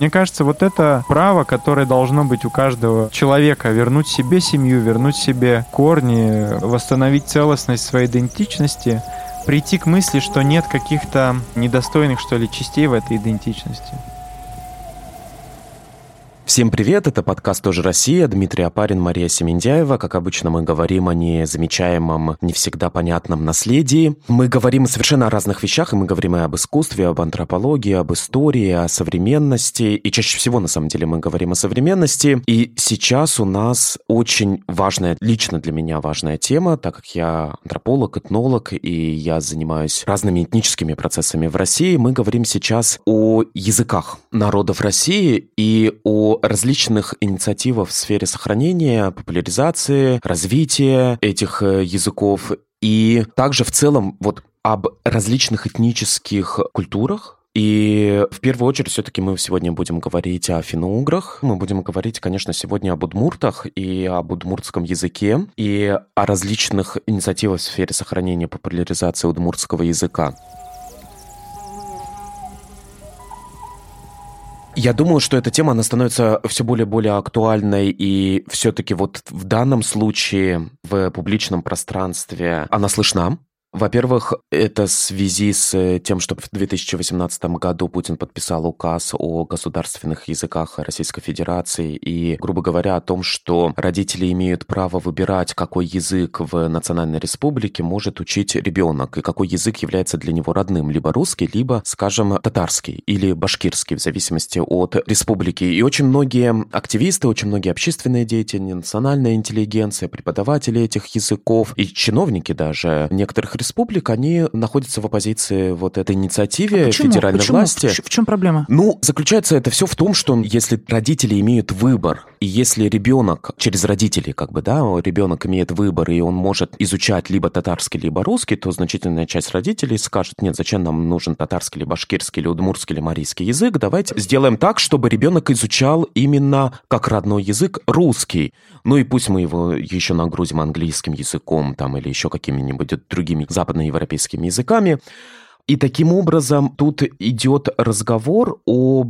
Мне кажется, вот это право, которое должно быть у каждого человека, вернуть себе семью, вернуть себе корни, восстановить целостность своей идентичности, прийти к мысли, что нет каких-то недостойных, что ли, частей в этой идентичности. Всем привет, это подкаст «Тоже Россия», Дмитрий Опарин, Мария Семендяева. Как обычно, мы говорим о незамечаемом, не всегда понятном наследии. Мы говорим совершенно о разных вещах, и мы говорим и об искусстве, об антропологии, об истории, о современности. И чаще всего, на самом деле, мы говорим о современности. И сейчас у нас очень важная, лично для меня важная тема, так как я антрополог, этнолог, и я занимаюсь разными этническими процессами в России. Мы говорим сейчас о языках народов России и о различных инициативах в сфере сохранения, популяризации, развития этих языков и также в целом вот об различных этнических культурах. И в первую очередь все-таки мы сегодня будем говорить о финно-уграх. Мы будем говорить, конечно, сегодня об удмуртах и об удмуртском языке, и о различных инициативах в сфере сохранения, популяризации удмуртского языка. Я думаю, что эта тема, она становится все более и более актуальной, и все-таки вот в данном случае в публичном пространстве она слышна. Во-первых, это в связи с тем, что в 2018 году Путин подписал указ о государственных языках Российской Федерации и, грубо говоря, о том, что родители имеют право выбирать, какой язык в Национальной Республике может учить ребенок, и какой язык является для него родным, либо русский, либо, скажем, татарский или башкирский, в зависимости от республики. И очень многие активисты, очень многие общественные деятели, национальная интеллигенция, преподаватели этих языков и чиновники даже некоторых республик, они находятся в оппозиции вот этой инициативе федеральной власти. В чем проблема? Ну, заключается это все в том, что если родители имеют выбор, и если ребенок через родителей, ребенок имеет выбор, и он может изучать либо татарский, либо русский, то значительная часть родителей скажет: нет, зачем нам нужен татарский, или башкирский, или удмуртский, или марийский язык, давайте сделаем так, чтобы ребенок изучал именно как родной язык русский. Ну и пусть мы его еще нагрузим английским языком там, или еще какими-нибудь другими западноевропейскими языками. И таким образом тут идет разговор о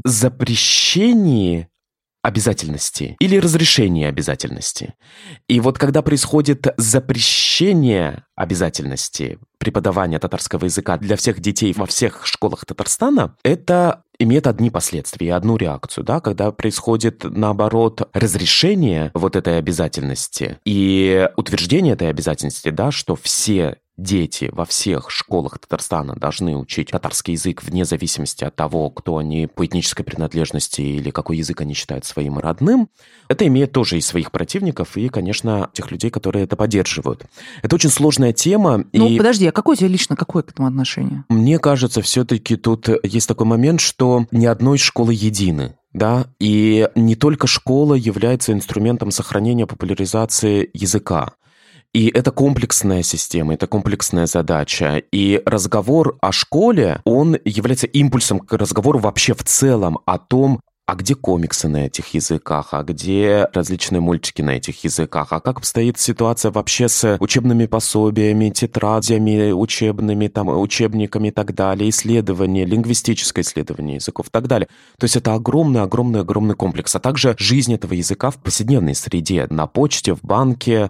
запрещении обязательности или разрешении обязательности. И вот когда происходит запрещение обязательности преподавания татарского языка для всех детей во всех школах Татарстана, это имеет одни последствия и одну реакцию, да, когда происходит, наоборот, разрешение вот этой обязательности и утверждение этой обязательности, да, что все дети во всех школах Татарстана должны учить татарский язык вне зависимости от того, кто они по этнической принадлежности или какой язык они считают своим родным. Это имеет тоже и своих противников, и, конечно, тех людей, которые это поддерживают. Это очень сложная тема. Подожди, а какое к этому отношение? Мне кажется, все-таки тут есть такой момент, что ни одной школы едины. Да, и не только школа является инструментом сохранения, популяризации языка. И это комплексная система, это комплексная задача. И разговор о школе, он является импульсом к разговору вообще в целом о том, а где комиксы на этих языках, а где различные мультики на этих языках, а как обстоит ситуация вообще с учебными пособиями, тетрадями, учебниками и так далее, исследования, лингвистическое исследование языков и так далее. То есть это огромный комплекс, а также жизнь этого языка в повседневной среде, на почте, в банке,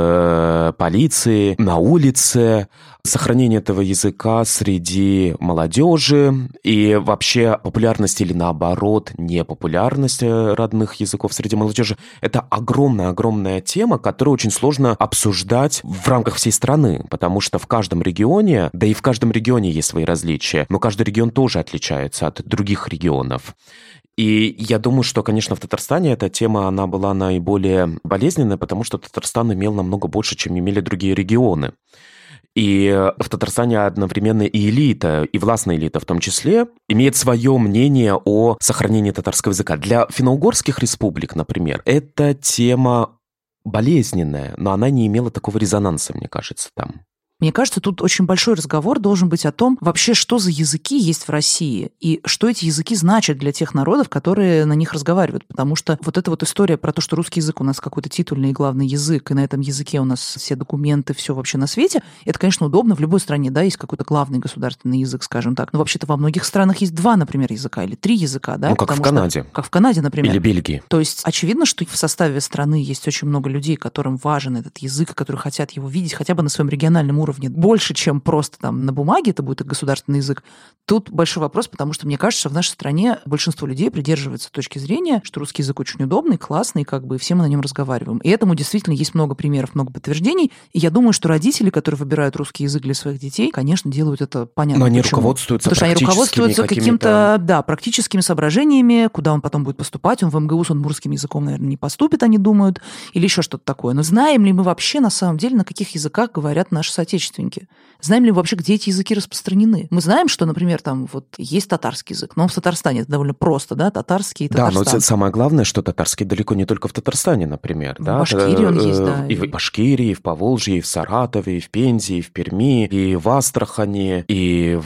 в полиции, на улице, сохранение этого языка среди молодежи и вообще популярность или наоборот непопулярность родных языков среди молодежи. Это огромная тема, которую очень сложно обсуждать в рамках всей страны, потому что в каждом регионе, да и в каждом регионе есть свои различия, но каждый регион тоже отличается от других регионов. И я думаю, что, конечно, в Татарстане эта тема, она была наиболее болезненная, потому что Татарстан имел намного больше, чем имели другие регионы. И в Татарстане одновременно и элита, и властная элита в том числе, имеет свое мнение о сохранении татарского языка. Для финно-угорских республик, например, эта тема болезненная, но она не имела такого резонанса, мне кажется, там. Мне кажется, тут очень большой разговор должен быть о том, вообще, что за языки есть в России, и что эти языки значат для тех народов, которые на них разговаривают. Потому что вот эта вот история про то, что русский язык у нас какой-то титульный и главный язык, и на этом языке у нас все документы, все вообще на свете, это, конечно, удобно. В любой стране, да, есть какой-то главный государственный язык, скажем так. Но вообще-то во многих странах есть 2, например, языка или 3 языка, да? Ну, как в Канаде. Как в Канаде, например. Или Бельгии. То есть очевидно, что в составе страны есть очень много людей, которым важен этот язык, которые хотят его видеть хотя бы на своем региональном уровне больше, чем просто там на бумаге это будет государственный язык. Тут большой вопрос, потому что, мне кажется, в нашей стране большинство людей придерживается точки зрения, что русский язык очень удобный, классный, как бы, и все мы на нем разговариваем. И этому действительно есть много примеров, много подтверждений. И я думаю, что родители, которые выбирают русский язык для своих детей, конечно, делают это понятно. Но они почему. руководствуются Потому что они руководствуются какими-то, да, практическими соображениями, куда он потом будет поступать. Он в МГУ с удмуртским языком, наверное, не поступит, они думают, или еще что-то такое. Но знаем ли мы вообще, на самом деле, на каких языках говорят наши соотечественники? Знаем ли вообще, где эти языки распространены? Мы знаем, что, например, там вот есть татарский язык, но в Татарстане это довольно просто, да, татарский и Татарстан. Да, но самое главное, что татарский далеко не только в Татарстане, например. В да? Башкирии он есть, да. И в Башкирии, и в Поволжье, и в Саратове, и в Пензе, и в Перми, и в Астрахани, и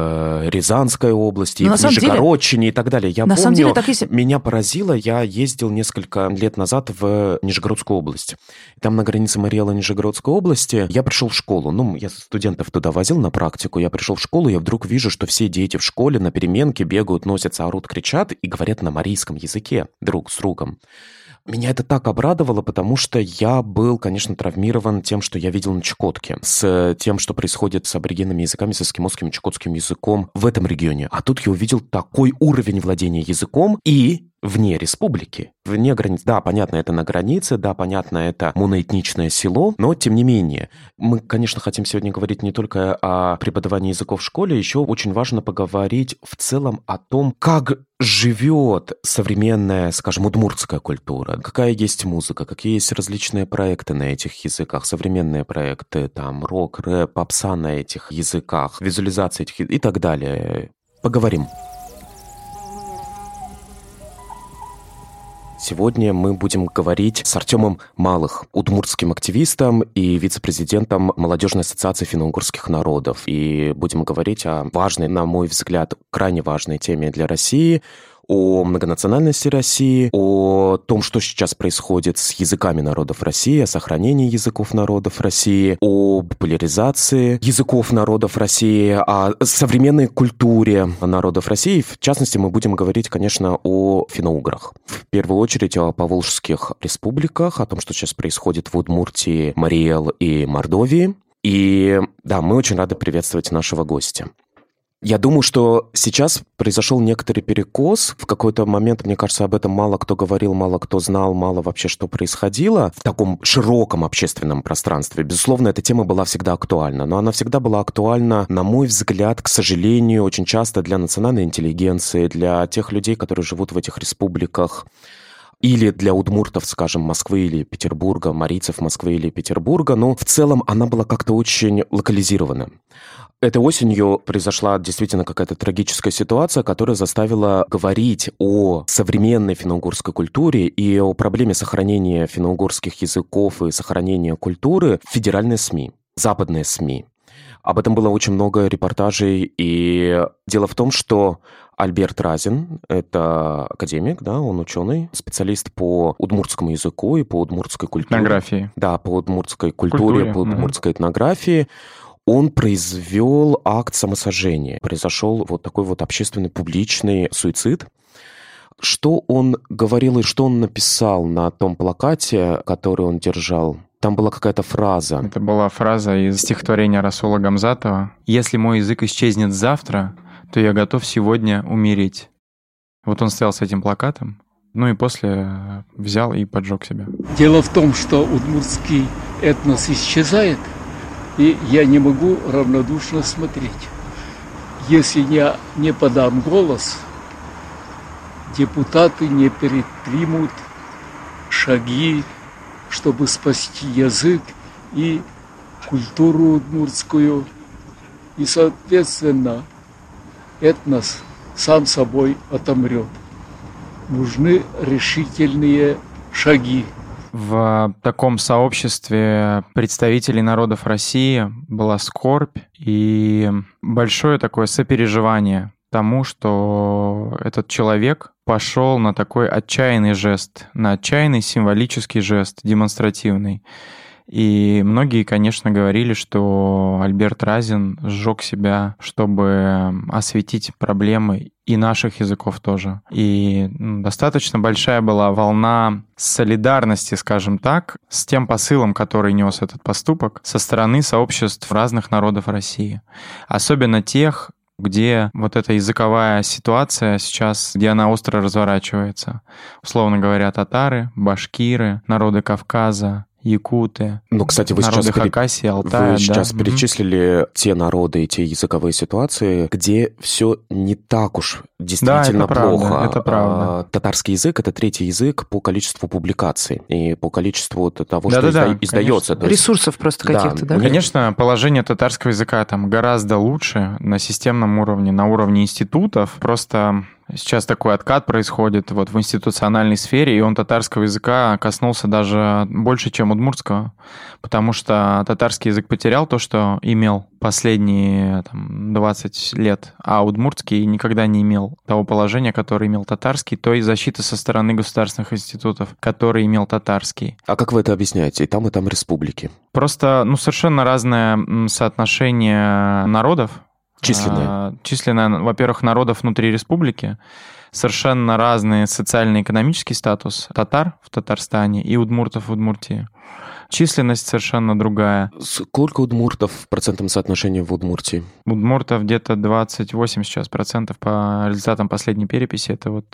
в Рязанской области, и в Нижегородчине, и так далее. Я помню, меня поразило, я ездил несколько лет назад в Нижегородскую область. Там на границе Мариэла-Нижегородской области я пришел в школу, я студентов туда возил на практику, я пришел в школу, я вдруг вижу, что все дети в школе на переменке бегают, носятся, орут, кричат и говорят на марийском языке друг с другом. Меня это так обрадовало, потому что я был, конечно, травмирован тем, что я видел на Чукотке, с тем, что происходит с аборигенными языками, с эскимосским и чукотским языком в этом регионе. А тут я увидел такой уровень владения языком и вне республики, вне границ. Да, понятно, это на границе, да, понятно, это моноэтничное село, но тем не менее. Мы, конечно, хотим сегодня говорить не только о преподавании языков в школе, еще очень важно поговорить в целом о том, как живет современная, скажем, удмуртская культура, какая есть музыка, какие есть различные проекты на этих языках, современные проекты, там, рок, рэп, попса на этих языках, визуализация этих и так далее. Поговорим. Сегодня мы будем говорить с Артемом Малых, удмуртским активистом и вице-президентом Молодежной ассоциации финно-угорских народов. И будем говорить о важной, на мой взгляд, крайне важной теме для России, о многонациональности России, о том, что сейчас происходит с языками народов России, о сохранении языков народов России, о популяризации языков народов России, о современной культуре народов России. В частности, мы будем говорить, конечно, о финно-уграх. В первую очередь о поволжских республиках, о том, что сейчас происходит в Удмуртии, Мариэл и Мордовии. И да, мы очень рады приветствовать нашего гостя. Я думаю, что сейчас произошел некоторый перекос. В какой-то момент, мне кажется, об этом мало кто говорил, мало кто знал, мало вообще что происходило в таком широком общественном пространстве. Безусловно, эта тема была всегда актуальна, но она всегда была актуальна, на мой взгляд, к сожалению, очень часто для национальной интеллигенции, для тех людей, которые живут в этих республиках, или для удмуртов, скажем, Москвы или Петербурга, марийцев Москвы или Петербурга, но в целом она была как-то очень локализирована. Этой осенью произошла действительно какая-то трагическая ситуация, которая заставила говорить о современной финно-угорской культуре и о проблеме сохранения финно-угорских языков и сохранения культуры в федеральные СМИ, западные СМИ. Об этом было очень много репортажей, и дело в том, что Альберт Разин, это академик, да, он ученый, специалист по удмуртскому языку и по удмуртской культуре. Этнографии. Да, по удмуртской культуре, по удмуртской этнографии. Он произвел акт самосожжения. Произошел вот такой вот общественный публичный суицид. Что он говорил и что он написал на том плакате, который он держал? Там была какая-то фраза. Это была фраза из стихотворения Расула Гамзатова. «Если мой язык исчезнет завтра, то я готов сегодня умереть». Вот он стоял с этим плакатом, и после взял и поджег себя. Дело в том, что удмуртский этнос исчезает, и я не могу равнодушно смотреть. Если я не подам голос, депутаты не предпримут шаги, чтобы спасти язык и культуру удмуртскую. И, соответственно, этнос сам собой отомрет. Нужны решительные шаги. В таком сообществе представителей народов России была скорбь и большое такое сопереживание тому, что этот человек пошел на такой отчаянный жест, на отчаянный символический жест, демонстративный. И многие, конечно, говорили, что Альберт Разин сжег себя, чтобы осветить проблемы и наших языков тоже. И достаточно большая была волна солидарности, скажем так, с тем посылом, который нес этот поступок со стороны сообществ разных народов России. Особенно тех, где вот эта языковая ситуация сейчас, где она остро разворачивается. Условно говоря, татары, башкиры, народы Кавказа, якуты, ну, кстати, вы народы сейчас Хакасии, Алтая. Вы сейчас перечислили те народы и те языковые ситуации, где все не так уж действительно плохо. Правда, это правда. Татарский язык — это третий язык по количеству публикаций и по количеству того, что издается. Ресурсов просто каких-то, да? Конечно, положение татарского языка там гораздо лучше на системном уровне, на уровне институтов. Просто сейчас такой откат происходит вот в институциональной сфере, и он татарского языка коснулся даже больше, чем удмуртского, потому что татарский язык потерял то, что имел последние 20 лет, а удмуртский никогда не имел того положения, которое имел татарский, той защиты со стороны государственных институтов, который имел татарский. А как вы это объясняете? И там республики. Просто совершенно разное соотношение народов. Численное, во-первых, народов внутри республики, совершенно разный социально-экономический статус татар в Татарстане и удмуртов в Удмуртии. Численность совершенно другая. Сколько удмуртов в процентном соотношении в Удмуртии? Удмуртов где-то 28 сейчас процентов по результатам последней переписи. Это вот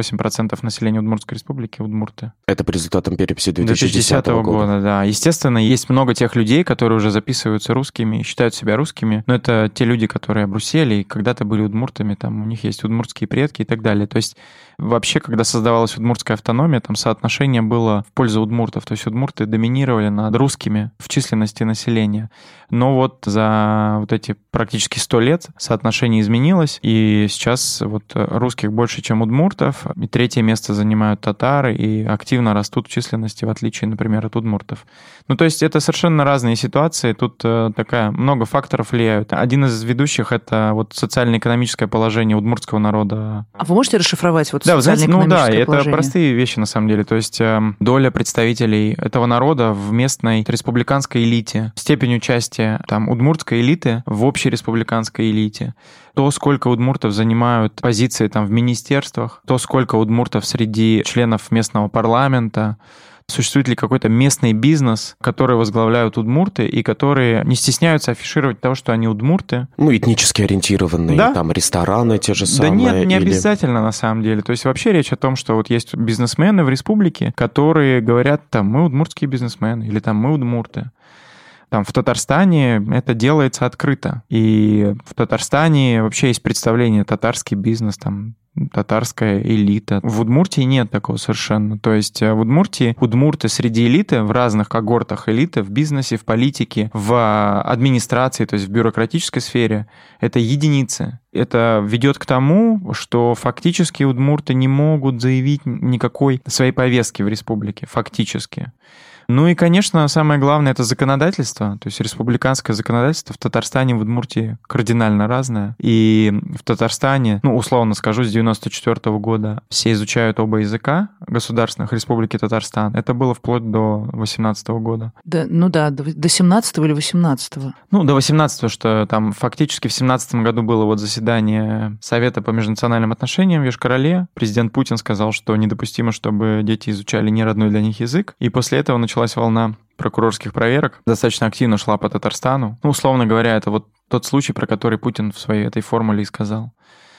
28% населения Удмуртской республики удмурты. Это по результатам переписи 2010 года, да. Естественно, есть много тех людей, которые уже записываются русскими, считают себя русскими, но это те люди, которые обрусели и когда-то были удмуртами, там у них есть удмуртские предки и так далее. То есть вообще, когда создавалась удмуртская автономия, там соотношение было в пользу удмуртов, то есть удмурты доминировали над русскими в численности населения. Но вот за вот эти практически 100 лет соотношение изменилось, и сейчас вот русских больше, чем удмуртов, и третье место занимают татары, и активно растут в численности, в отличие, например, от удмуртов. То есть это совершенно разные ситуации, тут много факторов влияют. Один из ведущих — это вот социально-экономическое положение удмуртского народа. А вы можете расшифровать вот социально-экономическое положение? Это простые вещи, на самом деле. То есть доля представителей этого народа в местной республиканской элите, степень участия удмуртской элиты в общей республиканской элите, то, сколько удмуртов занимают позиции в министерствах, то, сколько удмуртов среди членов местного парламента, существует ли какой-то местный бизнес, который возглавляют удмурты и которые не стесняются афишировать того, что они удмурты. Этнически ориентированные, да? Рестораны те же самые. Да нет, не обязательно на самом деле. То есть вообще речь о том, что вот есть бизнесмены в республике, которые говорят, мы удмуртские бизнесмены, или мы удмурты. В Татарстане это делается открыто. И в Татарстане вообще есть представление татарский бизнес, татарская элита. В Удмуртии нет такого совершенно. То есть в Удмуртии удмурты среди элиты, в разных когортах элиты, в бизнесе, в политике, в администрации, то есть в бюрократической сфере, это единицы. Это ведет к тому, что фактически удмурты не могут заявить никакой своей повестки в республике. Фактически. И, конечно, самое главное — это законодательство. То есть республиканское законодательство в Татарстане и в Удмуртии кардинально разное. И в Татарстане, условно скажу, с 1994 года все изучают оба языка государственных Республики Татарстан. Это было вплоть до 2018 года. До 17 или 18? До 18, что фактически в 2017 году было заседание Совета по межнациональным отношениям в Йошкар-Оле. Президент Путин сказал, что недопустимо, чтобы дети изучали неродной для них язык. И после этого началась волна прокурорских проверок. Достаточно активно шла по Татарстану. Условно говоря, это вот тот случай, про который Путин в своей этой формуле и сказал.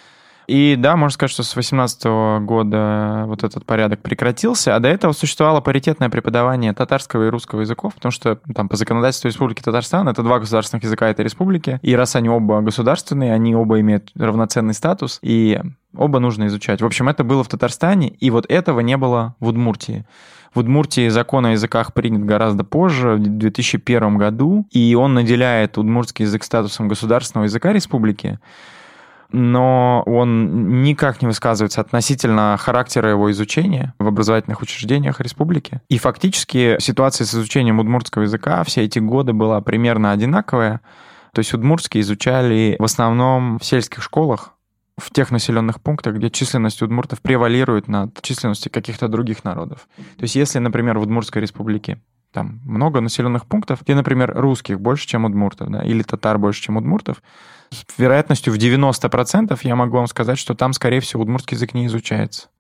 И да, можно сказать, что с 2018 года вот этот порядок прекратился, а до этого существовало паритетное преподавание татарского и русского языков, потому что по законодательству Республики Татарстан это два государственных языка этой республики, и раз они оба государственные, они оба имеют равноценный статус, и оба нужно изучать. В общем, это было в Татарстане, и вот этого не было в Удмуртии. В Удмуртии закон о языках принят гораздо позже, в 2001 году, и он наделяет удмуртский язык статусом государственного языка республики. но он никак не высказывается относительно характера его изучения в образовательных учреждениях республики. И фактически ситуация с изучением удмуртского языка все эти годы была примерно одинаковая. То есть удмуртский изучали в основном в сельских школах, в тех населенных пунктах, где численность удмуртов превалирует над численностью каких-то других народов. То есть если, например, в Удмуртской республике там много населенных пунктов, где, например, русских больше, чем удмуртов, да, или татар больше, чем удмуртов, с вероятностью в 90% я могу вам сказать, что там, скорее всего, удмуртский язык не изучается.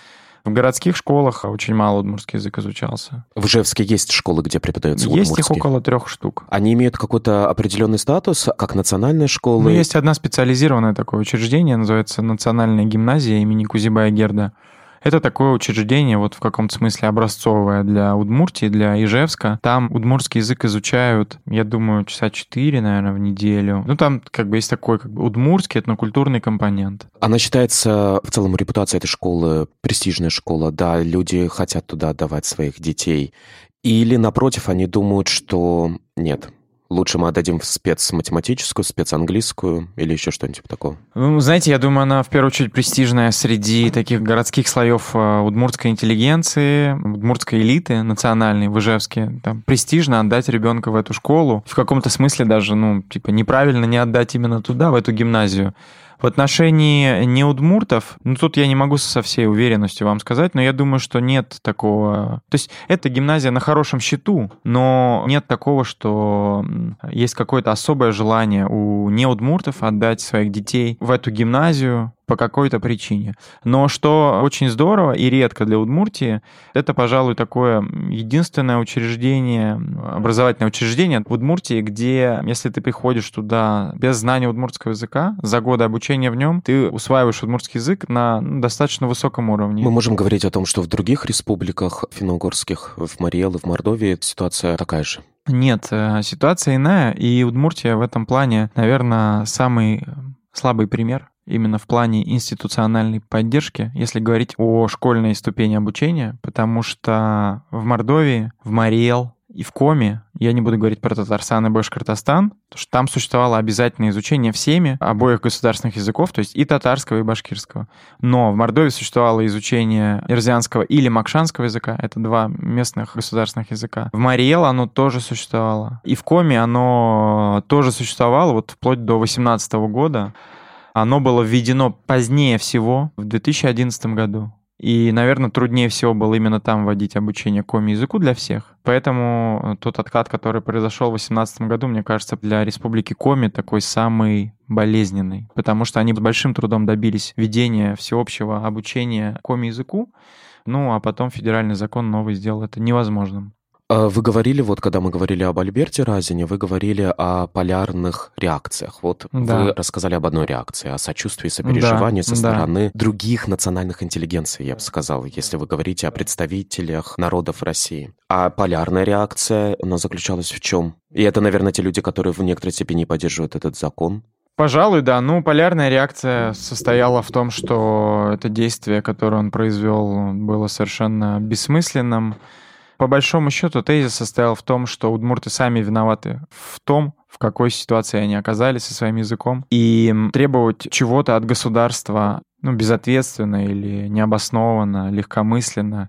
В городских школах очень мало удмуртский язык изучался. В Ижевске есть школы, где преподается удмуртский? Есть их около 3 штук. Они имеют какой-то определенный статус, как национальная школа? Ну, есть одна специализированное такое учреждение, называется Национальная гимназия имени Кузибая-Герда. Это такое учреждение, вот в каком-то смысле образцовое для Удмуртии, для Ижевска. Там удмуртский язык изучают, я думаю, часа 4, наверное, в неделю. Ну, там как бы есть такой как бы удмуртский этнокультурный компонент. Она считается, в целом, репутация этой школы, престижная школа, да, люди хотят туда отдавать своих детей. Или, напротив, они думают, что нет, лучше мы отдадим в спецматематическую, спецанглийскую или еще что-нибудь типа такого? Ну, знаете, я думаю, она в первую очередь престижная среди таких городских слоев удмуртской интеллигенции, удмуртской элиты национальной в Ижевске. Там престижно отдать ребенка в эту школу. В каком-то смысле даже, ну, типа, неправильно не отдать именно туда, в эту гимназию. В отношении неудмуртов, ну, тут я не могу со всей уверенностью вам сказать, но я думаю, что нет такого... То есть эта гимназия на хорошем счету, но нет такого, что есть какое-то особое желание у неудмуртов отдать своих детей в эту гимназию по какой-то причине. Но что очень здорово и редко для Удмуртии, это, пожалуй, такое единственное учреждение, образовательное учреждение в Удмуртии, где, если ты приходишь туда без знания удмуртского языка, за годы обучения в нем, ты усваиваешь удмуртский язык на достаточно высоком уровне. Мы можем говорить о том, что в других республиках финно-угорских, в Мариэл и в Мордовии ситуация такая же. Нет, ситуация иная, и Удмуртия в этом плане, наверное, самый слабый пример. Именно в плане институциональной поддержки, если говорить о школьной ступени обучения, потому что в Мордовии, в Мариэл и в Коми, я не буду говорить про Татарстан и Башкортостан, потому что там существовало обязательное изучение всеми обоих государственных языков, то есть и татарского, и башкирского. Но в Мордовии существовало изучение эрзианского или макшанского языка, это два местных государственных языка. В Мариэл оно тоже существовало. И в Коми оно тоже существовало, вот вплоть до 2018 года. Оно было введено позднее всего, в 2011 году. И, наверное, труднее всего было именно там вводить обучение коми-языку для всех. Поэтому тот откат, который произошел в 2018 году, мне кажется, для Республики Коми такой самый болезненный. Потому что они с большим трудом добились введения всеобщего обучения коми-языку. Ну, а потом федеральный закон новый сделал это невозможным. Вы говорили, вот когда мы говорили об Альберте Разине, вы говорили о полярных реакциях. Вот да. Вы рассказали об одной реакции, о сочувствии, сопереживании со стороны других национальных интеллигенций, я бы сказал, если вы говорите о представителях народов России. А полярная реакция, она заключалась в чем? И это, наверное, те люди, которые в некоторой степени поддерживают этот закон. Пожалуй, да. Ну, полярная реакция состояла в том, что это действие, которое он произвел, было совершенно бессмысленным. По большому счету, тезис состоял в том, что удмурты сами виноваты в том, в какой ситуации они оказались со своим языком, и требовать чего-то от государства, безответственно или необоснованно, легкомысленно.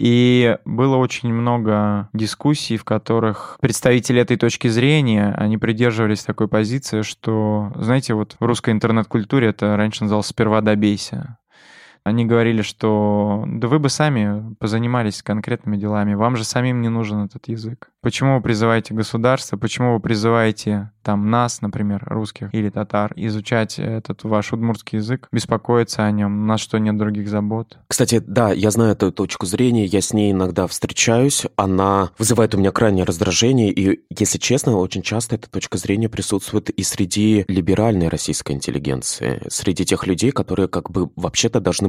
И было очень много дискуссий, в которых представители этой точки зрения, они придерживались такой позиции, что, знаете, вот в русской интернет-культуре это раньше называлось «сперва добейся». Они говорили, что да вы бы сами позанимались конкретными делами, вам же самим не нужен этот язык. Почему вы призываете государство, почему вы призываете там нас, например, русских или татар, изучать этот ваш удмуртский язык, беспокоиться о нем, у нас что, нет других забот? Кстати, да, я знаю эту точку зрения, я с ней иногда встречаюсь, она вызывает у меня крайнее раздражение, и, если честно, очень часто эта точка зрения присутствует и среди либеральной российской интеллигенции, среди тех людей, которые как бы вообще-то должны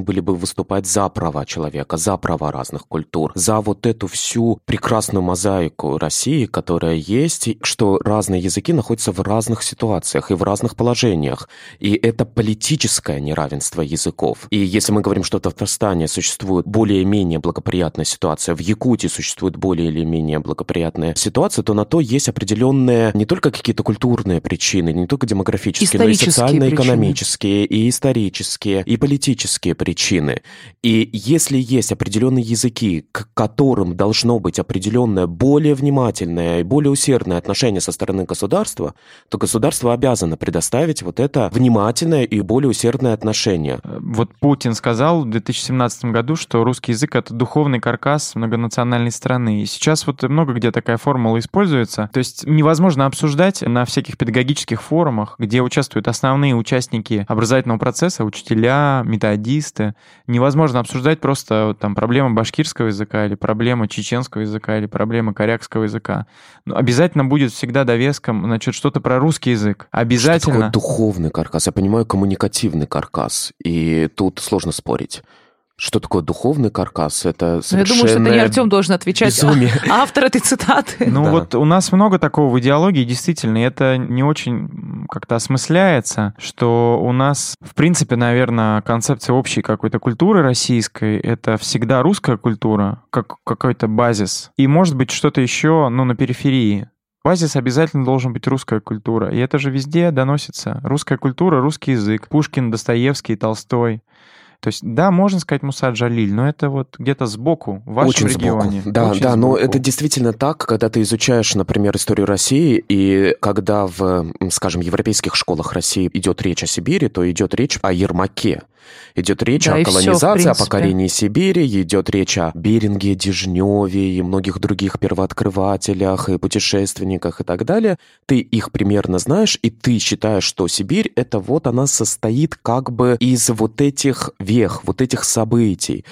были бы выступать за права человека, за права разных культур, за вот эту всю прекрасную мозаику России, которая есть, что разные языки находятся в разных ситуациях и в разных положениях. И это политическое неравенство языков. И если мы говорим, что в Татарстане существует более-менее благоприятная ситуация, в Якутии существует более или менее благоприятная ситуация, то на то есть определенные не только какие-то культурные причины, не только демографические, но и социально-экономические, и исторические, и политические причины. И если есть определенные языки, к которым должно быть определенное более внимательное и более усердное отношение со стороны государства, то государство обязано предоставить вот это внимательное и более усердное отношение. Вот Путин сказал в 2017 году, что русский язык — это духовный каркас многонациональной страны. И сейчас вот много где такая формула используется. То есть невозможно обсуждать на всяких педагогических форумах, где участвуют основные участники образовательного процесса, учителя, методисты. Невозможно обсуждать просто там проблемы башкирского языка или проблемы чеченского языка или проблемы корякского языка. Но обязательно будет всегда довеском, значит, что-то про русский язык. Обязательно. Что такое духовный каркас? Я понимаю, коммуникативный каркас. И тут сложно спорить. Что такое духовный каркас? Это совершенно... Я думаю, что это не Артем должен отвечать, безумие. а автор этой цитаты. Ну Да. вот у нас много такого в идеологии, действительно, и это не очень как-то осмысляется, что у нас, в принципе, наверное, концепция общей какой-то культуры российской — это всегда русская культура, как какой-то базис. И может быть что-то еще, ну, на периферии. Базис обязательно должен быть русская культура. И это же везде доносится. Русская культура, русский язык. Пушкин, Достоевский, Толстой. То есть, да, можно сказать Муса Джалиль, но это вот где-то сбоку, в вашем Очень регионе. Сбоку. Да, Очень да, но сбоку. это действительно так, когда ты изучаешь, например, историю России, и когда в, скажем, европейских школах России идет речь о Сибири, то идет речь о Ермаке. Идет речь Да, о и всё, в колонизации, о принципе. покорении Сибири, идет речь о Беринге, Дежневе и многих других первооткрывателях и путешественниках и так далее. Ты их примерно знаешь, и ты считаешь, что Сибирь — это вот она состоит как бы из вот этих вех, вот этих событий.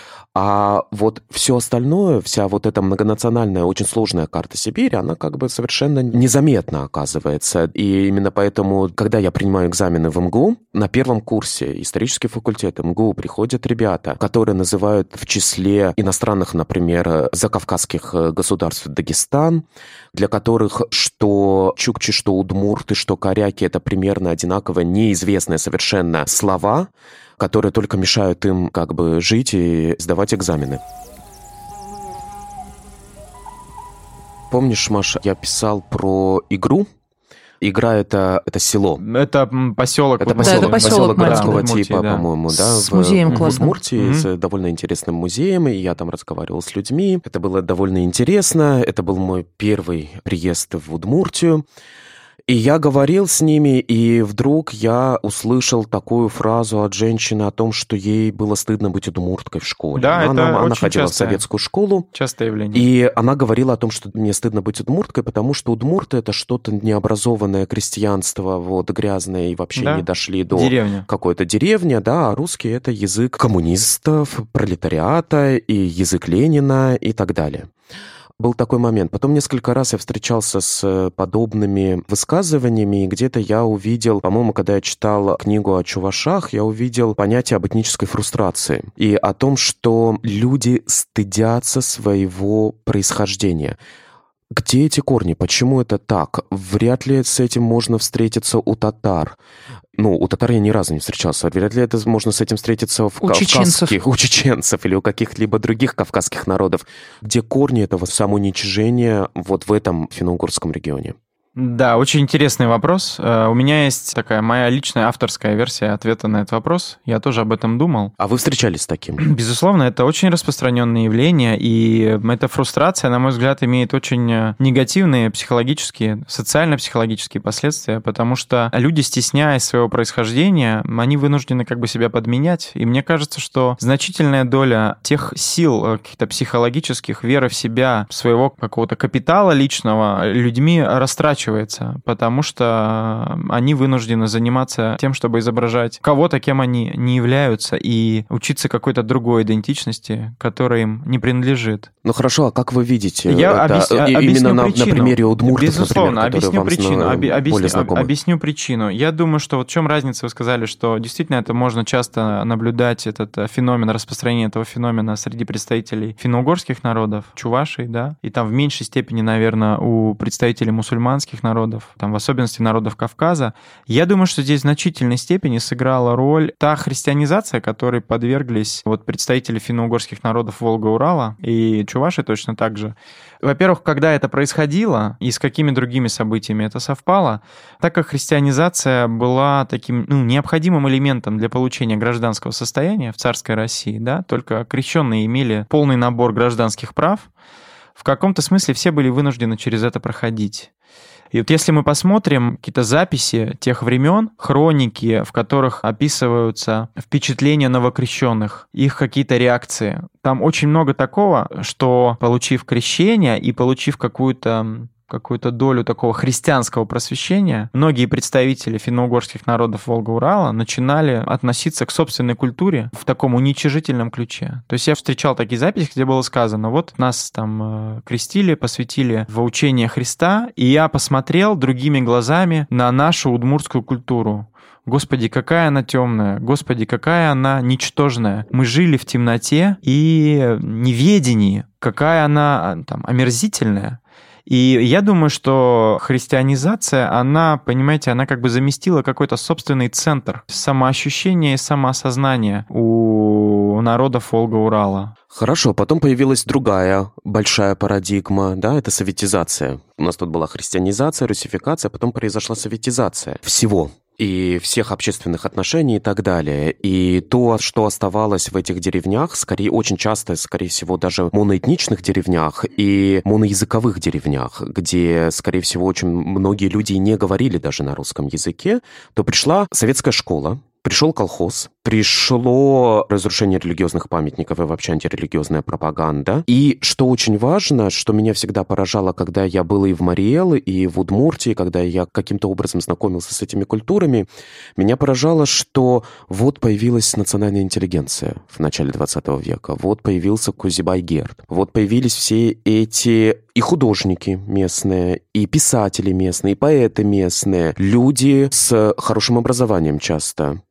А вот все остальное, вся вот эта многонациональная, очень сложная карта Сибири, она как бы совершенно незаметна оказывается. И именно поэтому, когда я принимаю экзамены в МГУ, на первом курсе исторический факультет МГУ приходят ребята, которые называют в числе иностранных, например, закавказских государств Дагестан, для которых что чукчи, что удмурты, что коряки — это примерно одинаково неизвестные совершенно слова, которые только мешают им как бы жить и сдавать экзамены. Помнишь, Маша, я писал про игру? Игра — это село. Это поселок. Это Да, это поселок городского маленький. типа, Да. по-моему, да, С музеем в классным. Удмуртии, с довольно интересным музеем, и я там разговаривал с людьми. Это было довольно интересно. Это был мой первый приезд в Удмуртию. И я говорил с ними, и вдруг я услышал такую фразу от женщины о том, что ей было стыдно быть удмурткой в школе. Да, это она очень ходила в частое. советскую школу. Частое явление. И она говорила о том, что мне стыдно быть удмурткой, потому что удмурты — это что-то необразованное крестьянство, вот, грязное, и вообще Да. не дошли до Деревня. какой-то деревни, да, а русский — это язык коммунистов, пролетариата, и язык Ленина, и так далее. Был такой момент. Потом несколько раз я встречался с подобными высказываниями, и где-то я увидел, по-моему, когда я читал книгу о чувашах, я увидел понятие об этнической фрустрации и о том, что люди стыдятся своего происхождения. Где эти корни? Почему это так? Вряд ли с этим можно встретиться у татар. Ну, у татар я ни разу не встречался. Вряд ли это можно с этим встретиться у чеченцев или у каких-либо других кавказских народов. Где корни этого самоуничижения вот в этом финно-угорском регионе? Да, очень интересный вопрос. У меня есть такая моя личная авторская версия ответа на этот вопрос. Я тоже об этом думал. А вы встречались с таким? Безусловно, это очень распространенное явление, и эта фрустрация, на мой взгляд, имеет очень негативные психологические, социально-психологические последствия, потому что люди, стесняясь своего происхождения, они вынуждены как бы себя подменять, и мне кажется, что значительная доля тех сил каких-то психологических, веры в себя, своего какого-то капитала личного людьми растрачивается оплачивается, потому что они вынуждены заниматься тем, чтобы изображать кого-то, кем они не являются, и учиться какой-то другой идентичности, которая им не принадлежит. Ну хорошо, а как вы видите Я именно на примере удмуртов, безусловно, например, объясню причину. Я думаю, что вот в чем разница, вы сказали, что действительно это можно часто наблюдать, этот феномен, распространение этого феномена среди представителей финно-угорских народов, чувашей, да, и там в меньшей степени, наверное, у представителей мусульманских народов, там в особенности народов Кавказа. Я думаю, что здесь в значительной степени сыграла роль та христианизация, которой подверглись вот представители финно-угорских народов Волга-Урала и чуваши точно так же. Во-первых, когда это происходило и с какими другими событиями это совпало, так как христианизация была таким необходимым элементом для получения гражданского состояния в царской России, да, только крещенные имели полный набор гражданских прав, в каком-то смысле все были вынуждены через это проходить. И вот если мы посмотрим какие-то записи тех времен, хроники, в которых описываются впечатления новокрещенных, их какие-то реакции, там очень много такого, что, получив крещение и получив какую-то долю такого христианского просвещения, многие представители финно-угорских народов Волга-Урала начинали относиться к собственной культуре в таком уничижительном ключе. То есть я встречал такие записи, где было сказано, вот нас там крестили, посвятили в учение Христа, и я посмотрел другими глазами на нашу удмуртскую культуру. Господи, какая она темная, Господи, какая она ничтожная. Мы жили в темноте и неведении, какая она там омерзительная. И я думаю, что христианизация, она, понимаете, она как бы заместила какой-то собственный центр самоощущения и самоосознания у народов Волга-Урала. Хорошо, потом появилась другая большая парадигма, да, это советизация. У нас тут была христианизация, русификация, потом произошла советизация всего. И всех общественных отношений и так далее. И то, что оставалось в этих деревнях, скорее, очень часто, скорее всего, даже моноэтничных деревнях и моноязыковых деревнях, где, скорее всего, очень многие люди не говорили даже на русском языке, то пришла советская школа, пришел колхоз, пришло разрушение религиозных памятников и вообще антирелигиозная пропаганда. И что очень важно, что меня всегда поражало, когда я был и в Мариэл, и в Удмуртии, когда я каким-то образом знакомился с этими культурами, меня поражало, что вот появилась национальная интеллигенция в начале 20 века, вот появился Кузибай-Герд, вот появились все эти и художники местные, и писатели местные, и поэты местные, люди с хорошим образованием часто,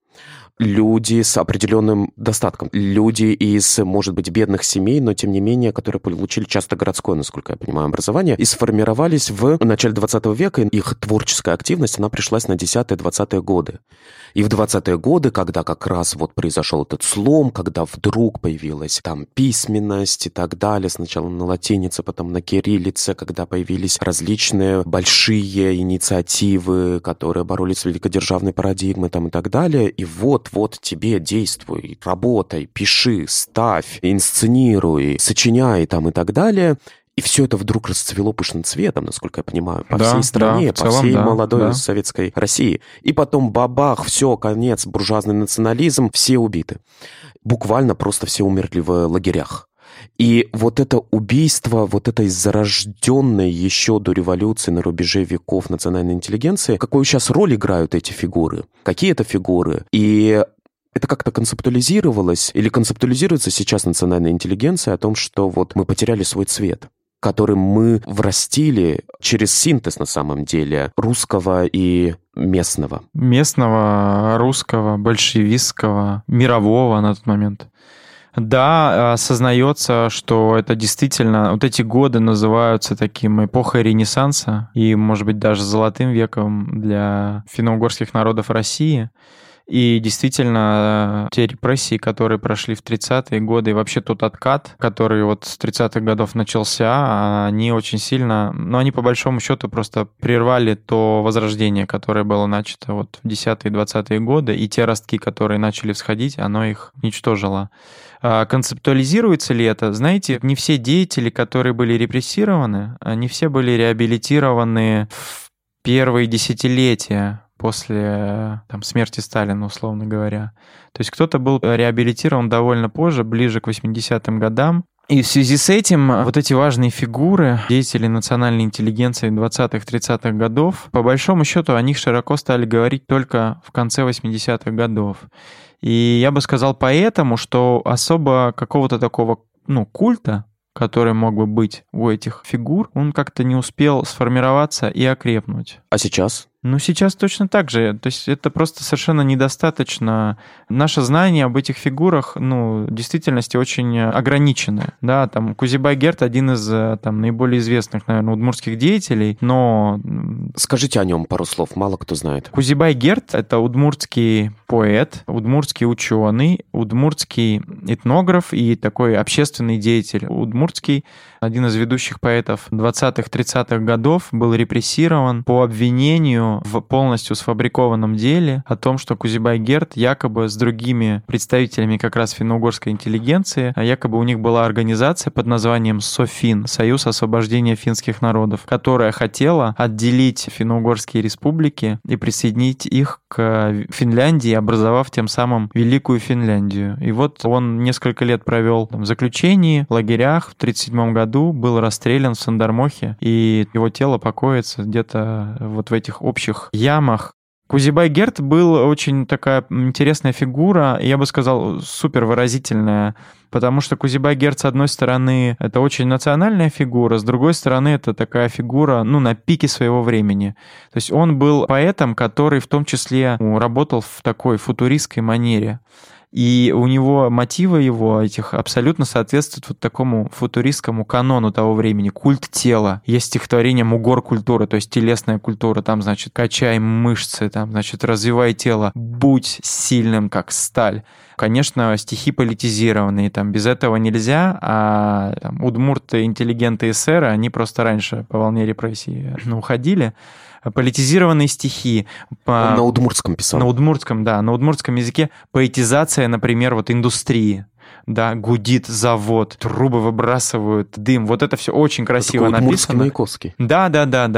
люди с определенным достатком, люди из, может быть, бедных семей, но тем не менее, которые получили часто городское, насколько я понимаю, образование, и сформировались в начале 20 века. Их творческая активность, она пришлась на 10-20-е годы. И в 20-е годы, когда как раз вот произошел этот слом, когда вдруг появилась там письменность и так далее, сначала на латинице, потом на кириллице, когда появились различные большие инициативы, которые боролись с великодержавной парадигмой там и так далее, и вот тебе действуй, работай, пиши, ставь, инсценируй, сочиняй там и так далее. И все это вдруг расцвело пышным цветом, насколько я понимаю, по всей стране, по всей молодой советской России. И потом бабах, все, конец, буржуазный национализм, все убиты. Буквально просто все умерли в лагерях. И вот это убийство, вот этой зарожденной еще до революции на рубеже веков национальной интеллигенции, какую сейчас роль играют эти фигуры? Какие это фигуры? И это как-то концептуализировалось или концептуализируется сейчас национальная интеллигенция о том, что вот мы потеряли свой цвет, который мы врастили через синтез, на самом деле, русского и местного. Местного, русского, большевистского, мирового на тот момент. Да, осознается, что это действительно, вот эти годы называются таким эпохой Ренессанса и, может быть, даже золотым веком для финно-угорских народов России. И действительно, те репрессии, которые прошли в 30-е годы, и вообще тот откат, который вот с 30-х годов начался, они очень сильно, они по большому счету просто прервали то возрождение, которое было начато вот в 10-е и 20-е годы, и те ростки, которые начали всходить, оно их уничтожило. Концептуализируется ли это? Знаете, не все деятели, которые были репрессированы, не все были реабилитированы в первые десятилетия после смерти Сталина, условно говоря. То есть кто-то был реабилитирован довольно позже, ближе к 80-м годам. И в связи с этим вот эти важные фигуры, деятели национальной интеллигенции 20-30-х годов, по большому счету о них широко стали говорить только в конце 80-х годов. И я бы сказал поэтому, что особо какого-то такого, культа, который мог бы быть у этих фигур, он как-то не успел сформироваться и окрепнуть. А сейчас? Сейчас точно так же. То есть это просто совершенно недостаточно. Наше знание об этих фигурах, в действительности очень ограничено. Да, там Кузибай-Герд один из наиболее известных, наверное, удмуртских деятелей, но... Скажите о нем пару слов, мало кто знает. Кузибай-Герд — это удмуртский поэт, удмуртский ученый, удмуртский этнограф и такой общественный деятель. Удмуртский, один из ведущих поэтов 20-30-х годов, был репрессирован по обвинению в полностью сфабрикованном деле о том, что Кузибай-Герд якобы с другими представителями как раз финно-угорской интеллигенции, якобы у них была организация под названием СОФИН, Союз освобождения финских народов, которая хотела отделить финно-угорские республики и присоединить их к Финляндии, образовав тем самым Великую Финляндию. И вот он несколько лет провел в заключении, в лагерях. В 1937 году был расстрелян в Сандармохе, и его тело покоится где-то вот в этих общих ямах. Кузибай-Герд был очень такая интересная фигура, я бы сказал, супер выразительная, потому что Кузибай-Герд, с одной стороны, это очень национальная фигура, с другой стороны, это такая фигура, на пике своего времени. То есть он был поэтом, который в том числе работал в такой футуристской манере. И у него мотивы его этих абсолютно соответствуют вот такому футуристскому канону того времени. Культ тела. Есть стихотворение «Мугор-культура», то есть телесная культура. Там, значит, качай мышцы, там, значит, развивай тело, будь сильным, как сталь. Конечно, стихи политизированные, там, без этого нельзя, а удмурты, интеллигенты эсеры, они просто раньше по волне репрессий уходили. Политизированные стихи. Он на удмуртском писал. На удмуртском, да, на удмуртском языке. Поэтизация, например, индустрии. Да, гудит завод, трубы выбрасывают дым. Вот это все очень красиво написано. Маяковский. Да.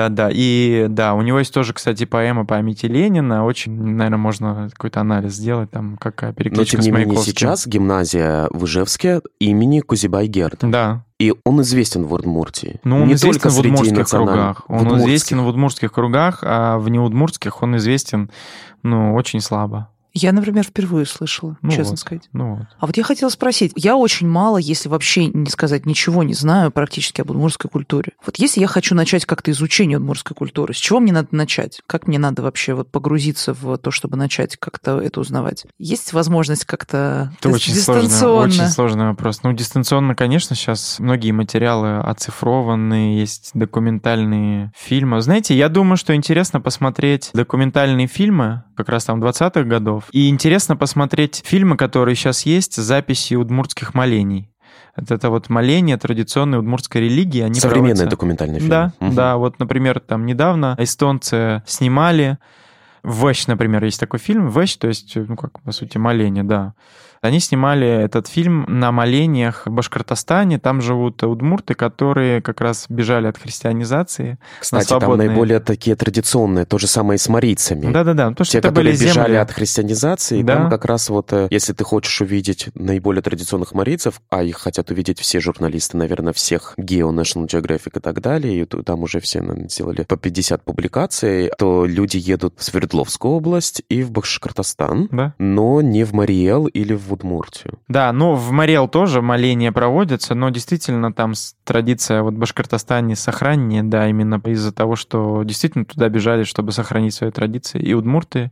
И да, у него есть тоже, кстати, поэма «Памяти Ленина». Очень, наверное, можно какой-то анализ сделать, там, какая перекличка с Маяковским. Но, тем не менее, сейчас гимназия в Ижевске имени Кузибай-Герда. Да. И он известен в Удмуртии. Он не известен только в удмуртских кругах. Он известен в удмуртских кругах, а в неудмуртских он известен, очень слабо. Я, например, впервые слышала, честно сказать. Вот. А вот я хотела спросить, я очень мало, если вообще не сказать ничего, не знаю практически об удмуртской культуре. Вот если я хочу начать как-то изучение удмуртской культуры, с чего мне надо начать? Как мне надо вообще погрузиться в то, чтобы начать как-то это узнавать? Есть возможность как-то дистанционно? Очень сложный вопрос. Дистанционно, конечно, сейчас многие материалы оцифрованы, есть документальные фильмы. Знаете, я думаю, что интересно посмотреть документальные фильмы как раз там 20-х годов. И интересно посмотреть фильмы, которые сейчас есть, с записью удмуртских молений. Это моления традиционной удмуртской религии. Они современные документальные фильмы. Да. Вот, например, там недавно эстонцы снимали «Вэщ», например, есть такой фильм. «Вэщ», то есть, по сути, моление, да. Они снимали этот фильм на молениях в Башкортостане. Там живут удмурты, которые как раз бежали от христианизации. Кстати, там наиболее такие традиционные, то же самое и с марийцами. Да. Те, которые бежали от христианизации, да. Там как раз если ты хочешь увидеть наиболее традиционных марийцев, а их хотят увидеть все журналисты, наверное, всех Geo, National Geographic и так далее, и там уже все сделали по 50 публикаций, то люди едут в Свердловскую область и в Башкортостан, да. Но не в Мариэл или в Удмуртию. Да, в Мариэл тоже моления проводятся, но действительно там традиция в Башкортостане сохраннее, да, именно из-за того, что действительно туда бежали, чтобы сохранить свои традиции и удмурты,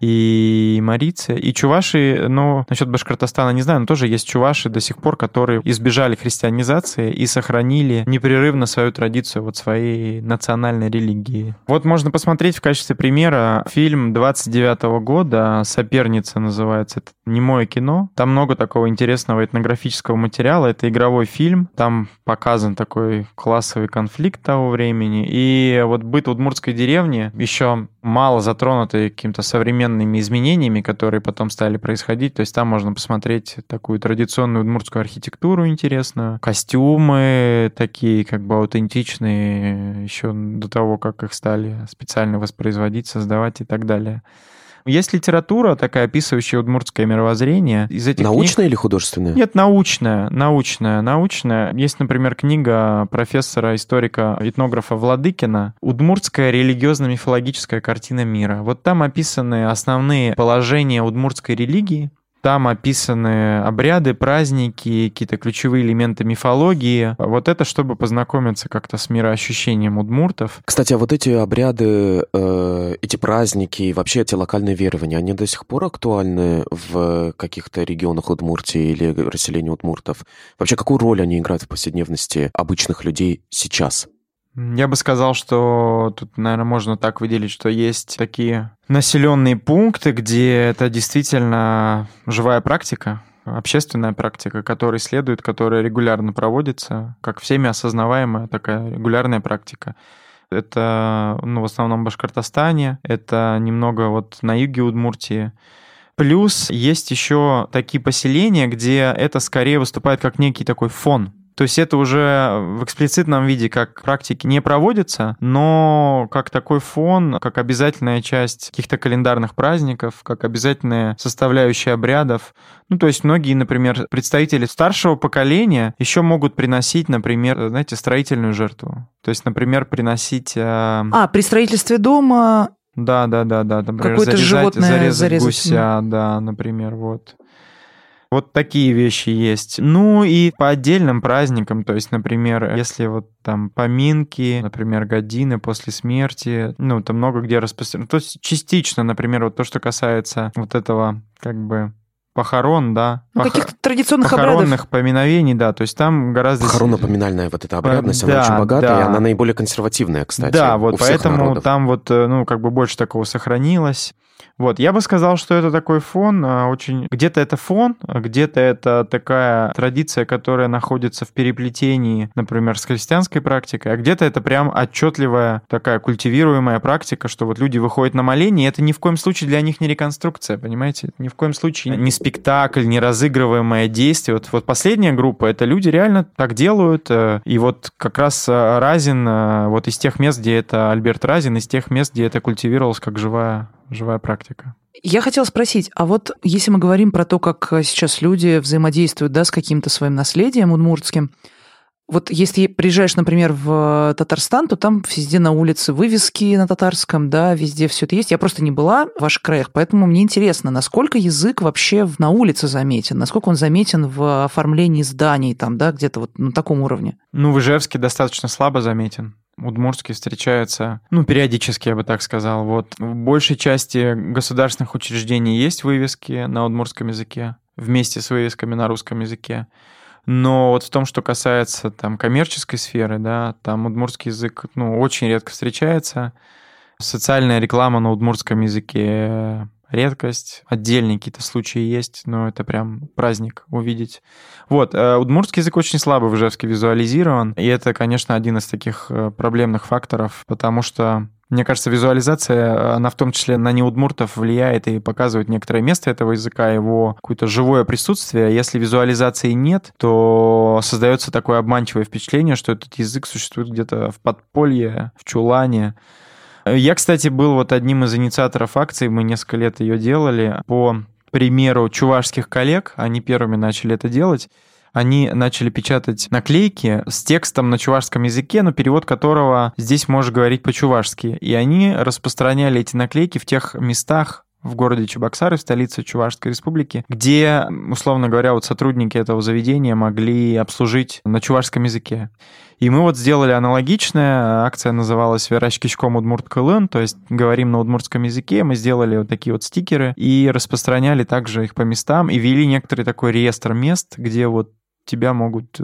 и марийцы, и чуваши, насчет Башкортостана не знаю, но тоже есть чуваши до сих пор, которые избежали христианизации и сохранили непрерывно свою традицию своей национальной религии. Вот можно посмотреть в качестве примера фильм 29-го года «Соперница» называется. Это немое кино. Там много такого интересного этнографического материала. Это игровой фильм. Там показан такой классовый конфликт того времени. И быт удмуртской деревни еще мало затронутый какими-то современными изменениями, которые потом стали происходить. То есть там можно посмотреть такую традиционную удмуртскую архитектуру интересную, костюмы такие аутентичные еще до того, как их стали специально воспроизводить, создавать и так далее. Есть литература, такая описывающая удмуртское мировоззрение. Из этих научная книг... или художественная? Нет, научная. Есть, например, книга профессора-историка, этнографа Владыкина «Удмуртская религиозно-мифологическая картина мира». Вот там описаны основные положения удмуртской религии, там описаны обряды, праздники, какие-то ключевые элементы мифологии. Вот это чтобы познакомиться как-то с мироощущением удмуртов. Кстати, а вот эти обряды, эти праздники и вообще эти локальные верования, они до сих пор актуальны в каких-то регионах Удмуртии или расселении удмуртов? Вообще, какую роль они играют в повседневности обычных людей сейчас? Я бы сказал, что тут, наверное, можно так выделить, что есть такие населенные пункты, где это действительно живая практика, общественная практика, которой следует, которая регулярно проводится, как всеми осознаваемая такая регулярная практика. Это, в основном в Башкортостане, это немного вот на юге Удмуртии. Плюс есть еще такие поселения, где это скорее выступает как некий такой фон. То есть это уже в эксплицитном виде как практики не проводится, но как такой фон, как обязательная часть каких-то календарных праздников, как обязательная составляющая обрядов. То есть многие, например, представители старшего поколения еще могут приносить, например, знаете, строительную жертву. То есть, например, приносить... при строительстве дома... Да, например, какое-то животное зарезать гуся, да, например, вот. Вот такие вещи есть. И по отдельным праздникам, то есть, например, если вот там поминки, например, годины после смерти, там много где распространено. То есть частично, например, вот то, что касается вот этого как бы похорон, да. Каких-то традиционных похоронных обрядов. Поминовений, да, то есть там гораздо... Похоронно-поминальная вот эта обрядность, она очень богатая, и она наиболее консервативная, кстати, да, вот у всех поэтому народов. там вот, как бы больше такого сохранилось. Вот, я бы сказал, что это такой фон, очень... Где-то это фон, где-то это такая традиция, которая находится в переплетении, например, с христианской практикой, а где-то это прям отчетливая такая культивируемая практика, что вот люди выходят на моление, и это ни в коем случае для них не реконструкция, понимаете? Это ни в коем случае не спектакль, не разыгрываемое действие. Вот последняя группа, это люди реально так делают, и вот как раз Разин, вот из тех мест, где это Альберт Разин, из тех мест, где это культивировалось как живая практика. Я хотела спросить, а вот если мы говорим про то, как сейчас люди взаимодействуют, с каким-то своим наследием удмуртским, вот если приезжаешь, например, в Татарстан, то там везде на улице вывески на татарском, везде все это есть. Я просто не была в ваших краях, поэтому мне интересно, насколько язык вообще на улице заметен, насколько он заметен в оформлении зданий, где-то вот на таком уровне. В Ижевске достаточно слабо заметен. Удмуртский встречается, периодически, я бы так сказал. Вот. В большей части государственных учреждений есть вывески на удмуртском языке, вместе с вывесками на русском языке. Но вот в том, что касается там коммерческой сферы, там удмуртский язык, очень редко встречается. Социальная реклама на удмуртском языке редкость. Отдельные какие-то случаи есть, но это прям праздник увидеть. Вот, удмуртский язык очень слабо в Ижевске визуализирован, и это, конечно, один из таких проблемных факторов, потому что, мне кажется, визуализация, она в том числе на неудмуртов влияет и показывает некоторое место этого языка, его какое-то живое присутствие. Если визуализации нет, то создается такое обманчивое впечатление, что этот язык существует где-то в подполье, в чулане. Я, кстати, был вот одним из инициаторов акции, мы несколько лет ее делали, по примеру чувашских коллег, они первыми начали это делать. Они начали печатать наклейки с текстом на чувашском языке, но перевод которого здесь можешь говорить по-чувашски. И они распространяли эти наклейки в тех местах в городе Чебоксары, в столице Чувашской республики, где, условно говоря, вот сотрудники этого заведения могли обслужить на чувашском языке. И мы вот сделали аналогичное. Акция называлась «Верачкичком удмурт кылын», то есть говорим на удмуртском языке. Мы сделали вот такие вот стикеры и распространяли также их по местам и вели некоторый такой реестр мест, где вот тебя могут,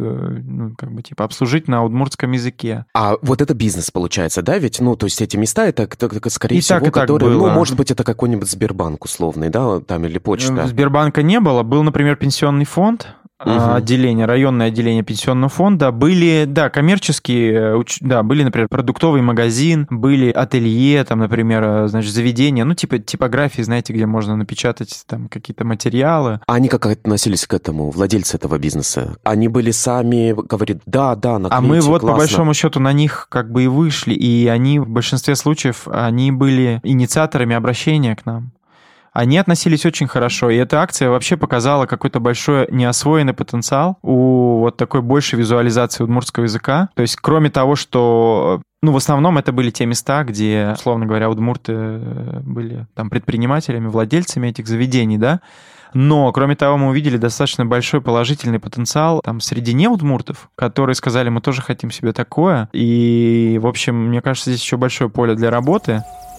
обслужить на удмуртском языке. А вот это бизнес получается, да? Ведь, то есть эти места, это скорее всего, так которые, было. Может быть, это какой-нибудь Сбербанк условный, да, там, или почта. Сбербанка не было. Был, например, пенсионный фонд, отделение, районное отделение пенсионного фонда. Были, коммерческие, были, например, продуктовый магазин, были ателье, там, например, заведения, типографии, знаете, где можно напечатать там какие-то материалы. А они как относились к этому, владельцы этого бизнеса? Они были сами, говорят, да, наклейки, а мы вот классно. По большому счету на них как бы и вышли, и они в большинстве случаев, они были инициаторами обращения к нам. они относились очень хорошо. И эта акция вообще показала какой-то большой неосвоенный потенциал у вот такой большей визуализации удмуртского языка. То есть кроме того, что... в основном это были те места, где, условно говоря, удмурты были там предпринимателями, владельцами этих заведений, да. Но, кроме того, мы увидели достаточно большой положительный потенциал там среди неудмуртов, которые сказали, мы тоже хотим себе такое. И, в общем, мне кажется, здесь еще большое поле для работы.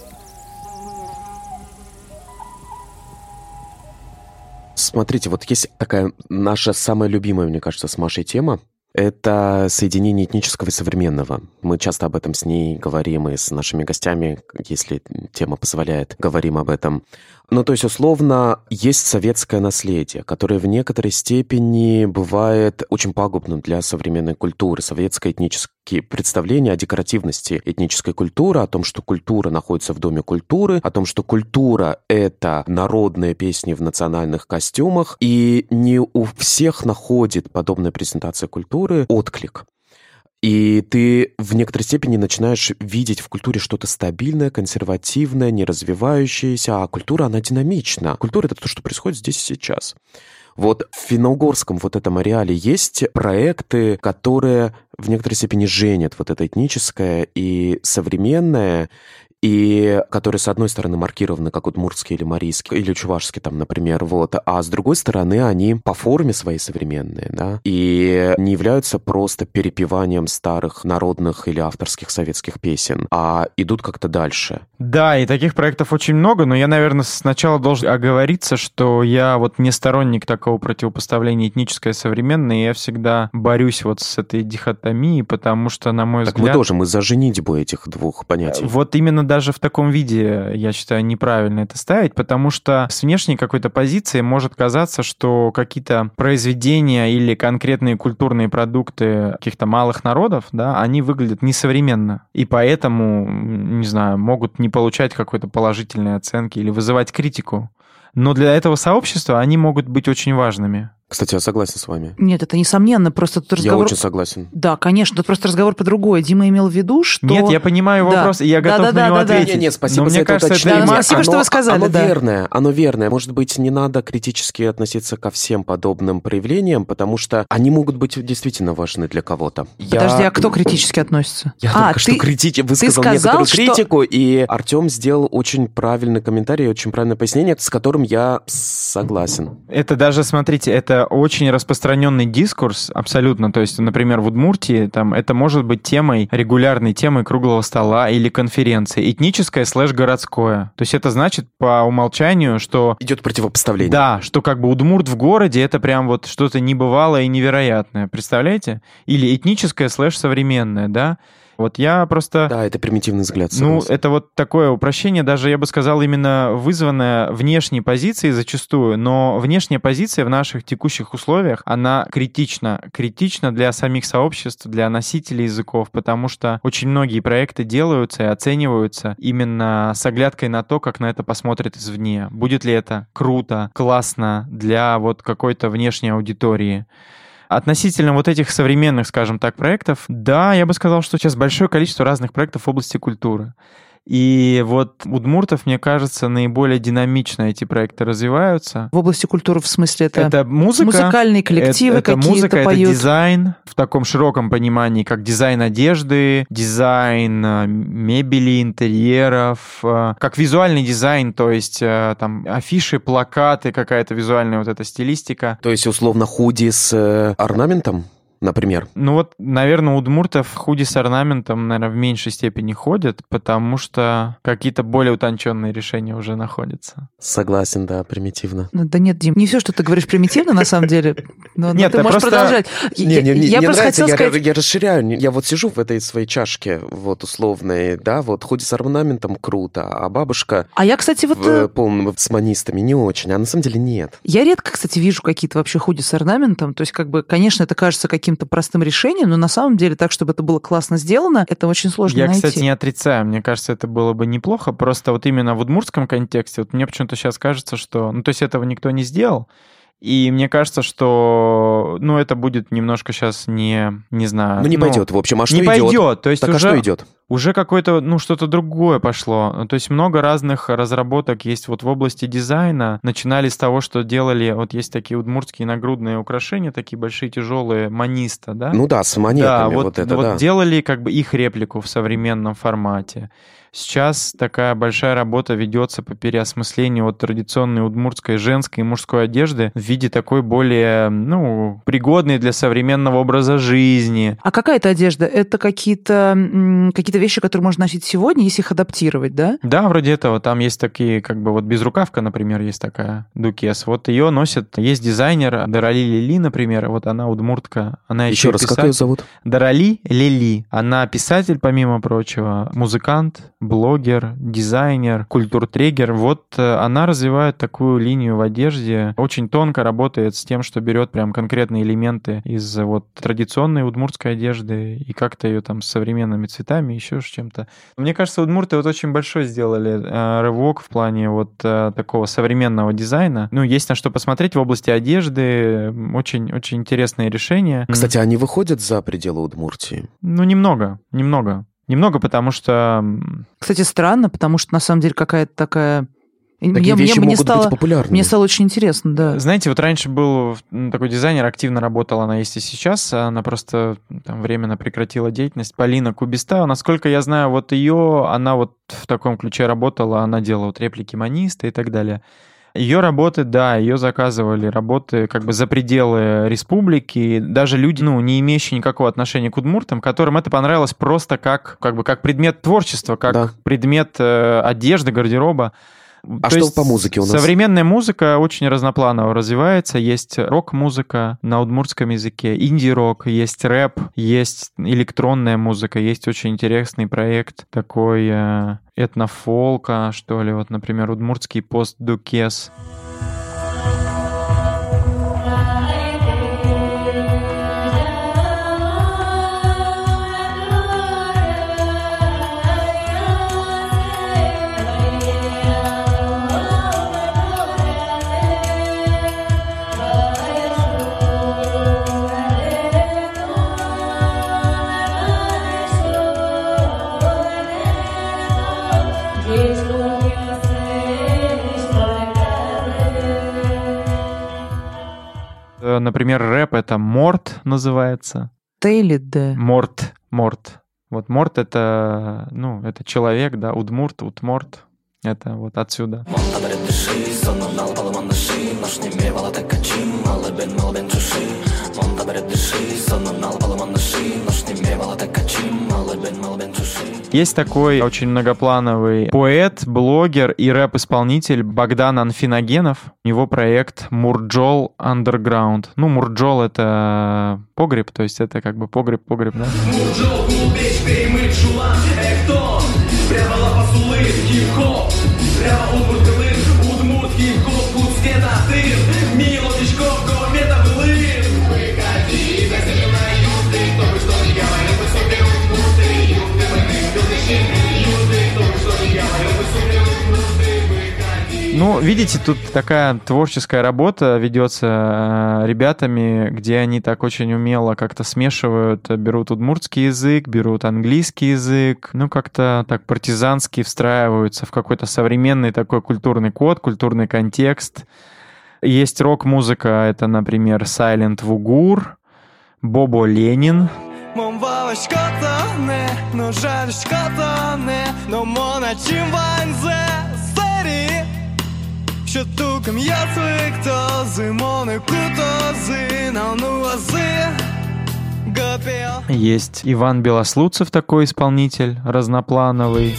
Смотрите, вот есть такая наша самая любимая, мне кажется, с Машей тема. Это соединение этнического и современного. Мы часто об этом с ней говорим и с нашими гостями, если тема позволяет, говорим об этом. То есть, условно, есть советское наследие, которое в некоторой степени бывает очень пагубным для современной культуры. Советско-этнические представления о декоративности этнической культуры, о том, что культура находится в Доме культуры, о том, что культура — это народные песни в национальных костюмах, и не у всех находит подобная презентация культуры отклик. И ты в некоторой степени начинаешь видеть в культуре что-то стабильное, консервативное, не развивающееся, а культура, она динамична. Культура — это то, что происходит здесь и сейчас. Вот в финно-угорском вот этом ареале есть проекты, которые в некоторой степени женят вот это этническое и современное, и которые, с одной стороны, маркированы как удмуртские или марийские, или чувашские, там, например, а с другой стороны, они по форме своей современные, да, и не являются просто перепеванием старых народных или авторских советских песен, а идут как-то дальше. Да, и таких проектов очень много, но я, наверное, сначала должен оговориться, что я вот не сторонник такого противопоставления этническое и современное, и я всегда борюсь вот с этой дихотомией, потому что, на мой взгляд... Мы за женитьбу этих двух понятий. Вот именно даже в таком виде, я считаю, неправильно это ставить, потому что с внешней какой-то позиции может казаться, что какие-то произведения или конкретные культурные продукты каких-то малых народов, да, они выглядят несовременно, и поэтому, не знаю, могут не получать какой-то положительной оценки или вызывать критику. Но для этого сообщества они могут быть очень важными. Кстати, я согласен с вами. Нет, это несомненно, просто тут разговор... Я очень согласен. Да, конечно, тут просто разговор по другое. Дима имел в виду, что... Нет, я понимаю вопрос, и я готов на него ответить. Нет, спасибо но за мне это кажется, уточнение. Спасибо, что вы сказали, оно верное. Может быть, не надо критически относиться ко всем подобным проявлениям, потому что они могут быть действительно важны для кого-то. Подожди, а кто критически относится? Я только что высказал некоторую критику, и Артем сделал очень правильный комментарий, очень правильное пояснение, с которым я согласен. Это даже, смотрите, это очень распространенный дискурс, абсолютно. То есть, например, в Удмуртии там, это может быть регулярной темой круглого стола или конференции. Этническое /городское. То есть это значит по умолчанию, что... Идет противопоставление. Да, что как бы удмурт в городе — это прям вот что-то небывалое и невероятное. Представляете? Или этническое /современное, да? Вот я просто... Да, это примитивный взгляд. Согласен. Это вот такое упрощение, даже, я бы сказал, именно вызванное внешней позицией зачастую, но внешняя позиция в наших текущих условиях, она критична. Критична для самих сообществ, для носителей языков, потому что очень многие проекты делаются и оцениваются именно с оглядкой на то, как на это посмотрят извне. Будет ли это круто, классно для вот какой-то внешней аудитории. Относительно вот этих современных, скажем так, проектов, да, я бы сказал, что сейчас большое количество разных проектов в области культуры. И вот удмуртов, мне кажется, наиболее динамично эти проекты развиваются. В области культуры, в смысле, это музыка, музыкальные коллективы это какие-то музыка, поют. Это дизайн в таком широком понимании, как дизайн одежды, дизайн мебели, интерьеров, как визуальный дизайн, то есть там афиши, плакаты, какая-то визуальная вот эта стилистика. То есть, условно, худи с орнаментом? Например? Наверное, у удмуртов худи с орнаментом, наверное, в меньшей степени ходят, потому что какие-то более утонченные решения уже находятся. Согласен, да, примитивно. Да нет, Дим, не все, что ты говоришь, примитивно, на самом деле. Нет, ты можешь продолжать. Я просто хотел сказать... Я расширяю. Я вот сижу в этой своей чашке, вот условной, да, вот худи с орнаментом круто, а бабушка... А я, кстати, с манистами не очень, а на самом деле нет. Я редко, кстати, вижу какие-то вообще худи с орнаментом, то есть, как бы, конечно, это кажется каким-то простым решением, но на самом деле так, чтобы это было классно сделано, это очень сложно найти. Я, кстати, не отрицаю. Мне кажется, это было бы неплохо. Просто вот именно в удмуртском контексте, вот мне почему-то сейчас кажется, что... то есть этого никто не сделал. И мне кажется, что, это будет немножко сейчас не знаю. Не пойдет, в общем. А что идет? Не пойдет. То есть так уже... а что идет? Уже какое-то, что-то другое пошло. То есть много разных разработок есть вот в области дизайна. Начинали с того, что делали, вот есть такие удмуртские нагрудные украшения, такие большие, тяжелые, маниста, да? Ну да, с монетами, Да, вот это, да. делали как бы их реплику в современном формате. Сейчас такая большая работа ведется по переосмыслению вот традиционной удмуртской женской и мужской одежды в виде такой более, пригодной для современного образа жизни. А какая это одежда? Это какие-то вещи, которые можно носить сегодня, если их адаптировать, да? Да, вроде этого. Там есть такие, как бы вот безрукавка, например, есть такая, дукес. Вот ее носит, есть дизайнер Дарали Лили, например, вот она удмуртка. Она Еще раз, как ее зовут? Дарали Лили. Она писатель, помимо прочего, музыкант, блогер, дизайнер, культуртрегер. Вот она развивает такую линию в одежде, очень тонко работает с тем, что берет прям конкретные элементы из вот традиционной удмуртской одежды и как-то ее там с современными цветами, еще с чем-то. Мне кажется, удмурты вот очень большой сделали рывок в плане вот такого современного дизайна. Есть на что посмотреть в области одежды. Очень-очень интересные решения. Кстати, они выходят за пределы Удмуртии? Немного. Немного, потому что... Кстати, странно, потому что на самом деле какая-то такая... Такие вещи могут быть популярны. Мне стало очень интересно, да. Знаете, вот раньше был такой дизайнер, активно работал, она есть и сейчас, она просто там временно прекратила деятельность. Полина Кубиста, насколько я знаю, вот она вот в таком ключе работала, она делала вот реплики маниста и так далее. Ее работы, да, ее заказывали, работы как бы за пределы республики, даже люди, не имеющие никакого отношения к удмуртам, которым это понравилось просто как предмет творчества, как предмет одежды, гардероба. А что по музыке у нас? Современная музыка очень разнопланово развивается. Есть рок-музыка на удмуртском языке, инди-рок, есть рэп, есть электронная музыка, есть очень интересный проект такой этнофолка, что ли, вот, например, удмуртский пост-дукес. Например, рэп — это морт называется. Тейлиде. Морт. Вот морт — это, это человек, да, удмурт, утморт. Это вот отсюда. Есть такой очень многоплановый поэт, блогер и рэп-исполнитель Богдан Анфиногенов. У него проект Мурджол Underground. Мурджол — это погреб, то есть это как бы погреб, да? Видите, тут такая творческая работа ведется ребятами, где они так очень умело как-то смешивают, берут удмуртский язык, берут английский язык, как-то так партизански встраиваются в какой-то современный такой культурный код, культурный контекст. Есть рок-музыка, это, например, Silent Wugur, Бобо Ленин. Есть Иван Белослуцев, такой исполнитель, разноплановый.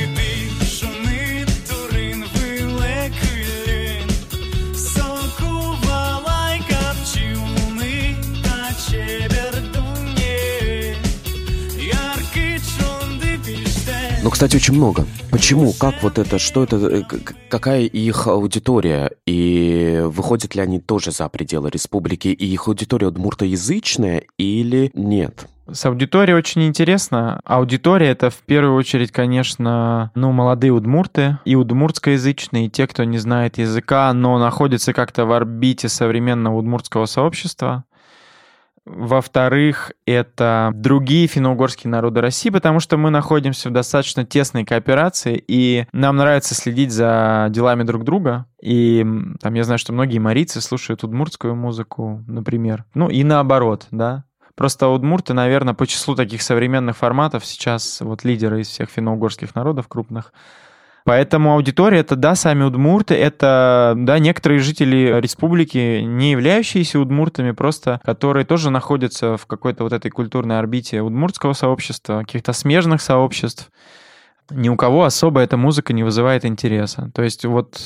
Кстати, очень много. Почему? Как вот это? Что это? Какая их аудитория? И выходят ли они тоже за пределы республики? И их аудитория удмуртоязычная или нет? С аудиторией очень интересно. Аудитория — это в первую очередь, конечно, молодые удмурты и удмуртскоязычные, и те, кто не знает языка, но находятся как-то в орбите современного удмуртского сообщества. Во-вторых, это другие финно-угорские народы России, потому что мы находимся в достаточно тесной кооперации, и нам нравится следить за делами друг друга. И там я знаю, что многие марийцы слушают удмуртскую музыку, например. Ну и наоборот, да. Просто удмурты, наверное, по числу таких современных форматов сейчас вот лидеры из всех финно-угорских народов крупных. Поэтому аудитория — это, да, сами удмурты, это, да, некоторые жители республики, не являющиеся удмуртами, просто которые тоже находятся в какой-то вот этой культурной орбите удмуртского сообщества, каких-то смежных сообществ. Ни у кого особо эта музыка не вызывает интереса. То есть вот...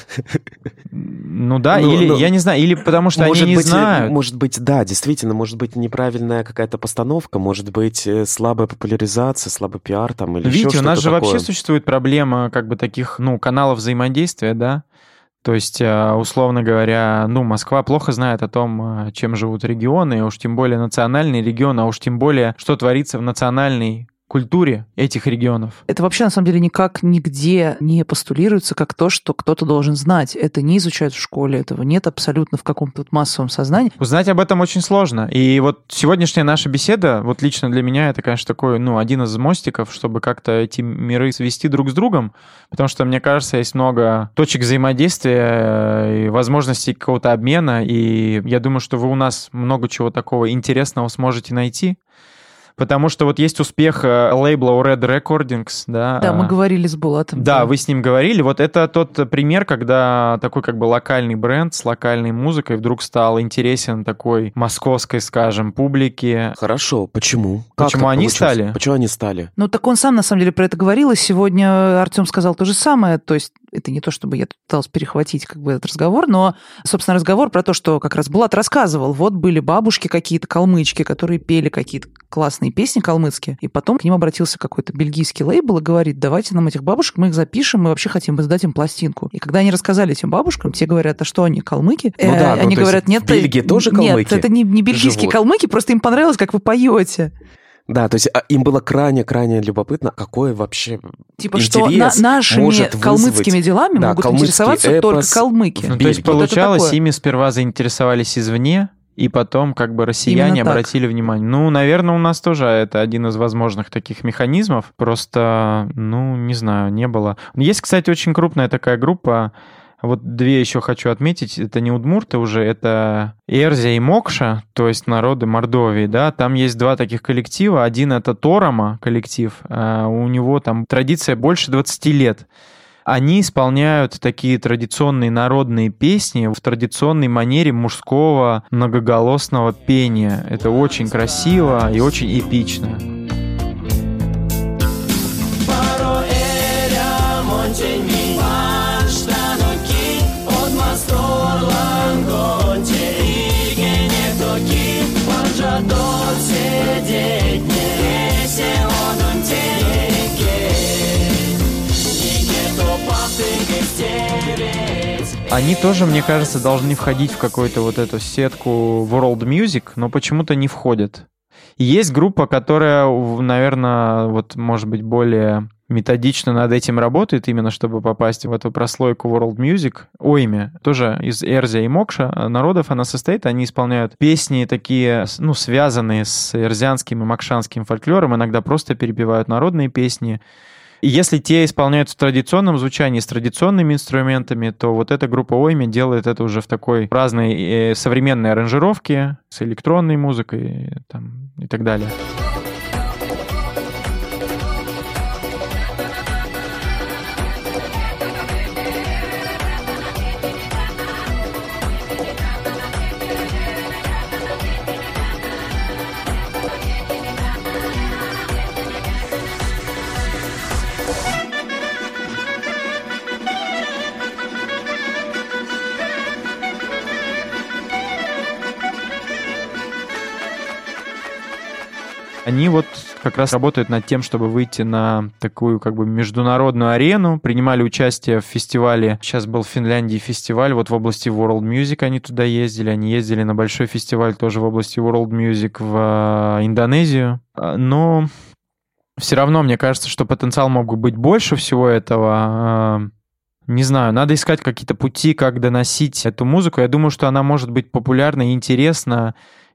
Ну да, или, я не знаю, или потому что они не знают. Может быть, да, действительно, может быть неправильная какая-то постановка, может быть слабая популяризация, слабый пиар там или еще что-то такое. Видите, у нас же вообще существует проблема как бы таких, ну, каналов взаимодействия, да? То есть, условно говоря, ну, Москва плохо знает о том, чем живут регионы, уж тем более национальные регионы, а уж тем более, что творится в национальной культуре этих регионов. Это вообще, на самом деле, никак нигде не постулируется как то, что кто-то должен знать. Это не изучают в школе, этого нет абсолютно в каком-то массовом сознании. Узнать об этом очень сложно. И вот сегодняшняя наша беседа, вот лично для меня, это, конечно, такой, ну, один из мостиков, чтобы как-то эти миры свести друг с другом, потому что, мне кажется, есть много точек взаимодействия и возможностей какого-то обмена, и я думаю, что вы у нас много чего такого интересного сможете найти. Потому что вот есть успех лейбла Red Recordings, да. Да, мы говорили с Булатом. Да, вы с ним говорили. Вот это тот пример, когда такой как бы локальный бренд с локальной музыкой вдруг стал интересен такой московской, скажем, публике. Хорошо, почему? Почему они стали? Почему они стали? Ну, так он сам, на самом деле, про это говорил, и сегодня Артем сказал то же самое, то есть это не то, чтобы я тут пыталась перехватить как бы этот разговор, но, собственно, разговор про то, что как раз Булат рассказывал. Вот были бабушки какие-то, калмычки, которые пели какие-то классные песни калмыцкие, и потом к ним обратился какой-то бельгийский лейбл и говорит: давайте нам этих бабушек, мы их запишем, мы вообще хотим издать им пластинку. И когда они рассказали этим бабушкам, те говорят: а что они, калмыки? Ну да, они говорят: нет, в Бельгии тоже калмыки? Нет, это не бельгийские живут. Калмыки, просто им понравилось, как вы поете. Да, то есть им было крайне любопытно, какой вообще типа, интерес что нашими может калмыцкими вызвать, делами могут интересоваться только калмыки. Ну, то есть, Вот получалось, ими сперва заинтересовались извне, и потом как бы россияне обратили внимание. Ну, наверное, у нас тоже это один из возможных таких механизмов. Просто, ну, не знаю, не было. Есть, кстати, очень крупная такая группа. Вот две еще хочу отметить. Это не удмурты уже, это Эрзя и Мокша, то есть народы Мордовии, да. Там есть два таких коллектива. Один — это Торома коллектив. У него там традиция больше 20 лет. Они исполняют такие традиционные народные песни в традиционной манере мужского многоголосного пения. Это очень красиво и очень эпично. Они тоже, мне кажется, должны входить в какую-то вот эту сетку World Music, но почему-то не входят. И есть группа, которая, наверное, вот, может быть, более методично над этим работает, именно чтобы попасть в эту прослойку World Music. Ойме, тоже из Эрзя и Мокша народов она состоит, они исполняют песни такие, ну, связанные с эрзянским и мокшанским фольклором, иногда просто перепевают народные песни. И если те исполняют в традиционном звучании с традиционными инструментами, то вот эта группа Ойми делает это уже в такой разной современной аранжировке с электронной музыкой там, и так далее. Они вот как раз работают над тем, чтобы выйти на такую как бы международную арену, принимали участие в фестивале. Сейчас был в Финляндии фестиваль, вот в области World Music они туда ездили. Они ездили на большой фестиваль тоже в области World Music в Индонезию. Но все равно мне кажется, что потенциал мог бы быть больше всего этого. Не знаю, надо искать какие-то пути, как доносить эту музыку. Я думаю, что она может быть популярна и интересна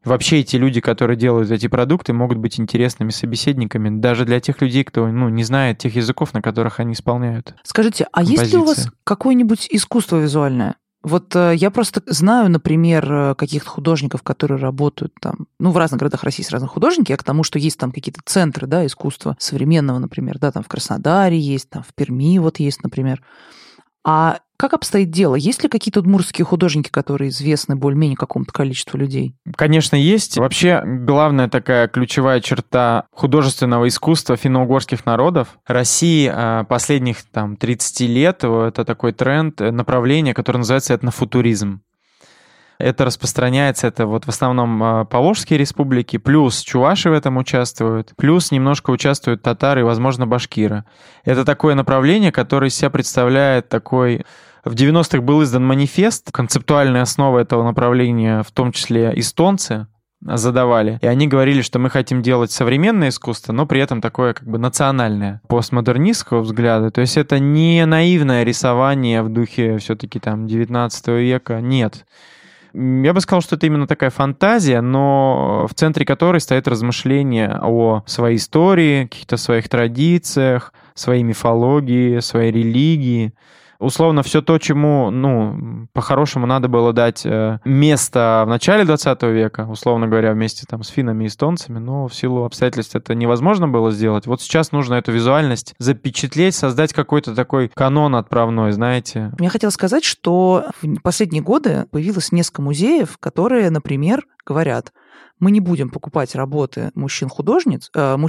Вообще эти люди, которые делают эти продукты, могут быть интересными собеседниками даже для тех людей, кто не знает тех языков, на которых они исполняют. Скажите, а есть ли у вас какое-нибудь искусство визуальное? Вот я просто знаю, например, каких-то художников, которые работают там, в разных городах России с разных художников, я к тому, что есть там какие-то центры, да, искусства современного, например, да, там в Краснодаре есть, там в Перми вот есть, например. А как обстоит дело? Есть ли какие-то удмуртские художники, которые известны более-менее какому-то количеству людей? Конечно, есть. Вообще, главная такая ключевая черта художественного искусства финно-угорских народов России последних 30 лет, это такой тренд, направление, которое называется этнофутуризм. Это распространяется, это в основном Поволжские республики, плюс чуваши в этом участвуют, плюс немножко участвуют татары и, возможно, башкиры. Это такое направление, которое из себя представляет такой... В 90-х был издан манифест, концептуальная основа этого направления, в том числе эстонцы, задавали. И они говорили, что мы хотим делать современное искусство, но при этом такое национальное, постмодернистского взгляда. То есть это не наивное рисование в духе все-таки 19 века, нет. Я бы сказал, что это именно такая фантазия, но в центре которой стоит размышление о своей истории, каких-то своих традициях, своей мифологии, своей религии. Условно, все то, чему, по-хорошему надо было дать место в начале 20 века, условно говоря, вместе с финнами и эстонцами, но в силу обстоятельств это невозможно было сделать. Вот сейчас нужно эту визуальность запечатлеть, создать какой-то такой канон отправной, знаете. Я хотела сказать, что в последние годы появилось несколько музеев, которые, например, говорят: мы не будем покупать работы мужчин-художников,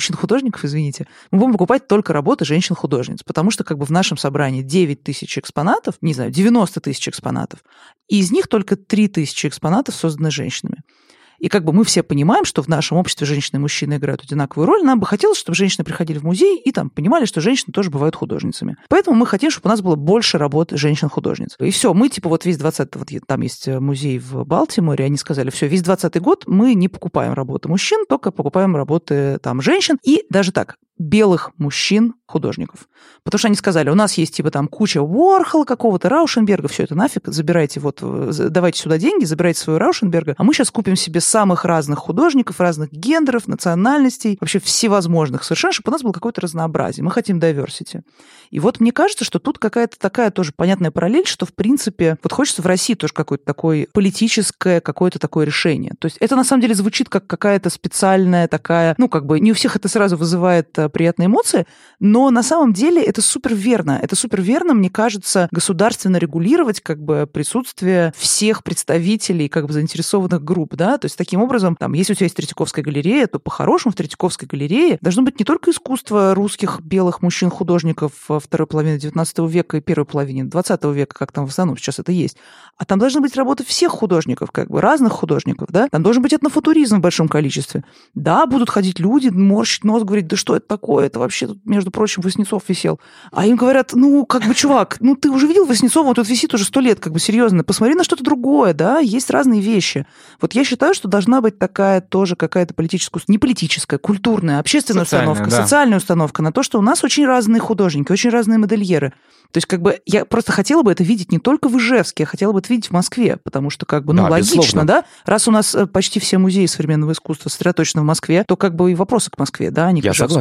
мы будем покупать только работы женщин-художниц, потому что в нашем собрании 9 тысяч экспонатов, 90 тысяч экспонатов, и из них только 3 тысячи экспонатов созданы женщинами. И мы все понимаем, что в нашем обществе женщины и мужчины играют одинаковую роль. Нам бы хотелось, чтобы женщины приходили в музей и понимали, что женщины тоже бывают художницами. Поэтому мы хотим, чтобы у нас было больше работ женщин-художниц. И все, мы весь 20-й, там есть музей в Балтиморе, они сказали: все, весь 20-й год мы не покупаем работы мужчин, только покупаем работы женщин. И даже так, белых мужчин-художников. Потому что они сказали: у нас есть куча Уорхола какого-то, Раушенберга, все это нафиг, забирайте, давайте сюда деньги, забирайте своего Раушенберга, а мы сейчас купим себе самых разных художников, разных гендеров, национальностей, вообще всевозможных совершенно, чтобы у нас было какое-то разнообразие. Мы хотим diversity. И мне кажется, что тут какая-то такая тоже понятная параллель, что, в принципе, хочется в России тоже какое-то такое политическое, какое-то такое решение. То есть это, на самом деле, звучит как какая-то специальная такая, не у всех это сразу вызывает приятные эмоции, но на самом деле это супер верно. Это супер верно, мне кажется, государственно регулировать присутствие всех представителей заинтересованных групп, да, то есть таким образом, если у тебя есть Третьяковская галерея, то по-хорошему в Третьяковской галерее должно быть не только искусство русских белых мужчин-художников второй половины XIX века и первой половины XX века, как там в основном сейчас это есть, а там должны быть работы всех художников, разных художников, да, там должен быть этнофутуризм в большом количестве. Да, будут ходить люди, морщить нос, говорить: да что это такое, это вообще тут, между прочим, Васнецов висел. А им говорят: чувак, ты уже видел Васнецова, он тут висит уже 100 лет, серьезно, посмотри на что-то другое, да, есть разные вещи. Я считаю, что должна быть такая тоже какая-то не политическая, культурная, общественная установка, социальная установка на то, что у нас очень разные художники, очень разные модельеры. То есть, я просто хотела бы это видеть не только в Ижевске, я хотела бы это видеть в Москве, потому что, логично, безусловно. Да? Раз у нас почти все музеи современного искусства сосредоточены в Москве, то и вопросы к Москве, да, а не к Ижевску.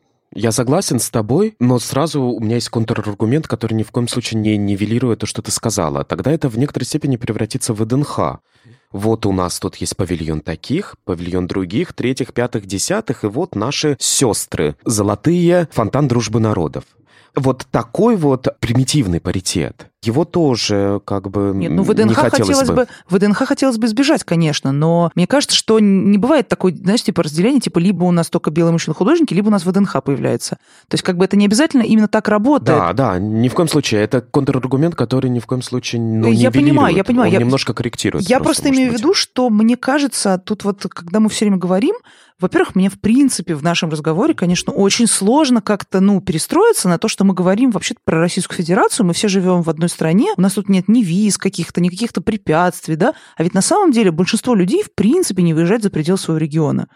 Я согласен с тобой, но сразу у меня есть контраргумент, который ни в коем случае не нивелирует то, что ты сказала. Тогда это в некоторой степени превратится в ВДНХ. У нас тут есть павильон таких, павильон других, третьих, пятых, десятых, и наши сестры, золотые, фонтан дружбы народов. Такой примитивный паритет. Его тоже Нет, не хотелось бы. ВДНХ хотелось бы избежать, конечно, но мне кажется, что не бывает такой, разделения, либо у нас только белые мужчины-художники, либо у нас ВДНХ появляется. То есть это не обязательно именно так работает. Да, ни в коем случае. Это контраргумент, который ни в коем случае я понимаю. Он немножко корректирует. Я просто имею в виду, что мне кажется, тут когда мы все время говорим, во-первых, мне, в принципе, в нашем разговоре, конечно, очень сложно как-то, перестроиться на то, что мы говорим вообще-то про Российскую Федерацию, мы все живем в одной стране, у нас тут нет ни виз каких-то, ни каких-то препятствий, да, а ведь на самом деле большинство людей, в принципе, не выезжает за пределы своего региона.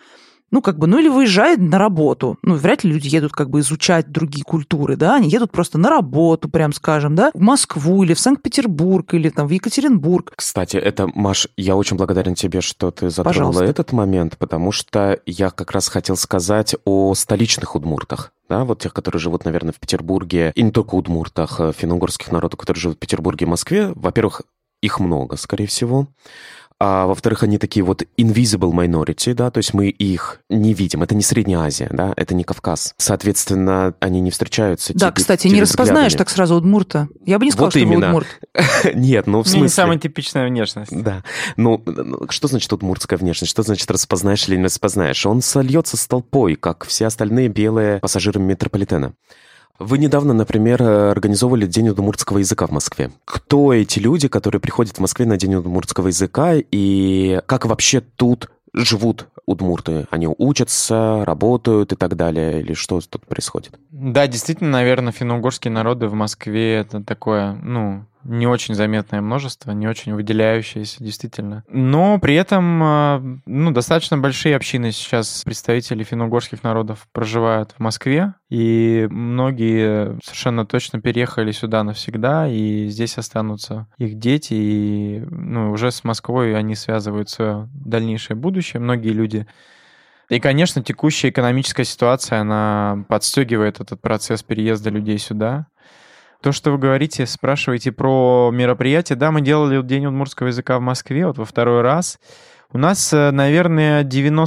или выезжает на работу. Вряд ли люди едут изучать другие культуры, да, они едут просто на работу, прям скажем, да, в Москву или в Санкт-Петербург или в Екатеринбург. Кстати, Маш, я очень благодарен тебе, что ты затронула этот момент, потому что я как раз хотел сказать о столичных удмуртах. Да, вот тех, которые живут, наверное, в Петербурге, и не только удмуртах, финно-угорских народов, которые живут в Петербурге и Москве. Во-первых, их много, скорее всего. А во-вторых, они такие вот invisible minority, да, то есть мы их не видим. Это не Средняя Азия, да, это не Кавказ. Соответственно, они не встречаются. Да, кстати, не распознаешь так сразу удмурта. Я бы не сказала, что вы удмурт. Нет, в смысле... Не самая типичная внешность. Да. Что значит удмуртская внешность? Что значит распознаешь или не распознаешь? Он сольется с толпой, как все остальные белые пассажиры метрополитена. Вы недавно, например, организовывали День удмуртского языка в Москве. Кто эти люди, которые приходят в Москве на День удмуртского языка, и как вообще тут живут удмурты? Они учатся, работают и так далее, или что тут происходит? Да, действительно, наверное, финно-угорские народы в Москве — это такое, не очень заметное множество, не очень выделяющееся, действительно. Но при этом, достаточно большие общины сейчас представителей финно-угорских народов проживают в Москве, и многие совершенно точно переехали сюда навсегда, и здесь останутся их дети, и уже с Москвой они связывают свое дальнейшее будущее, многие люди. И, конечно, текущая экономическая ситуация, она подстегивает этот процесс переезда людей сюда. То, что вы говорите, спрашиваете про мероприятие. Да, мы делали День удмуртского языка в Москве во второй раз. У нас, наверное,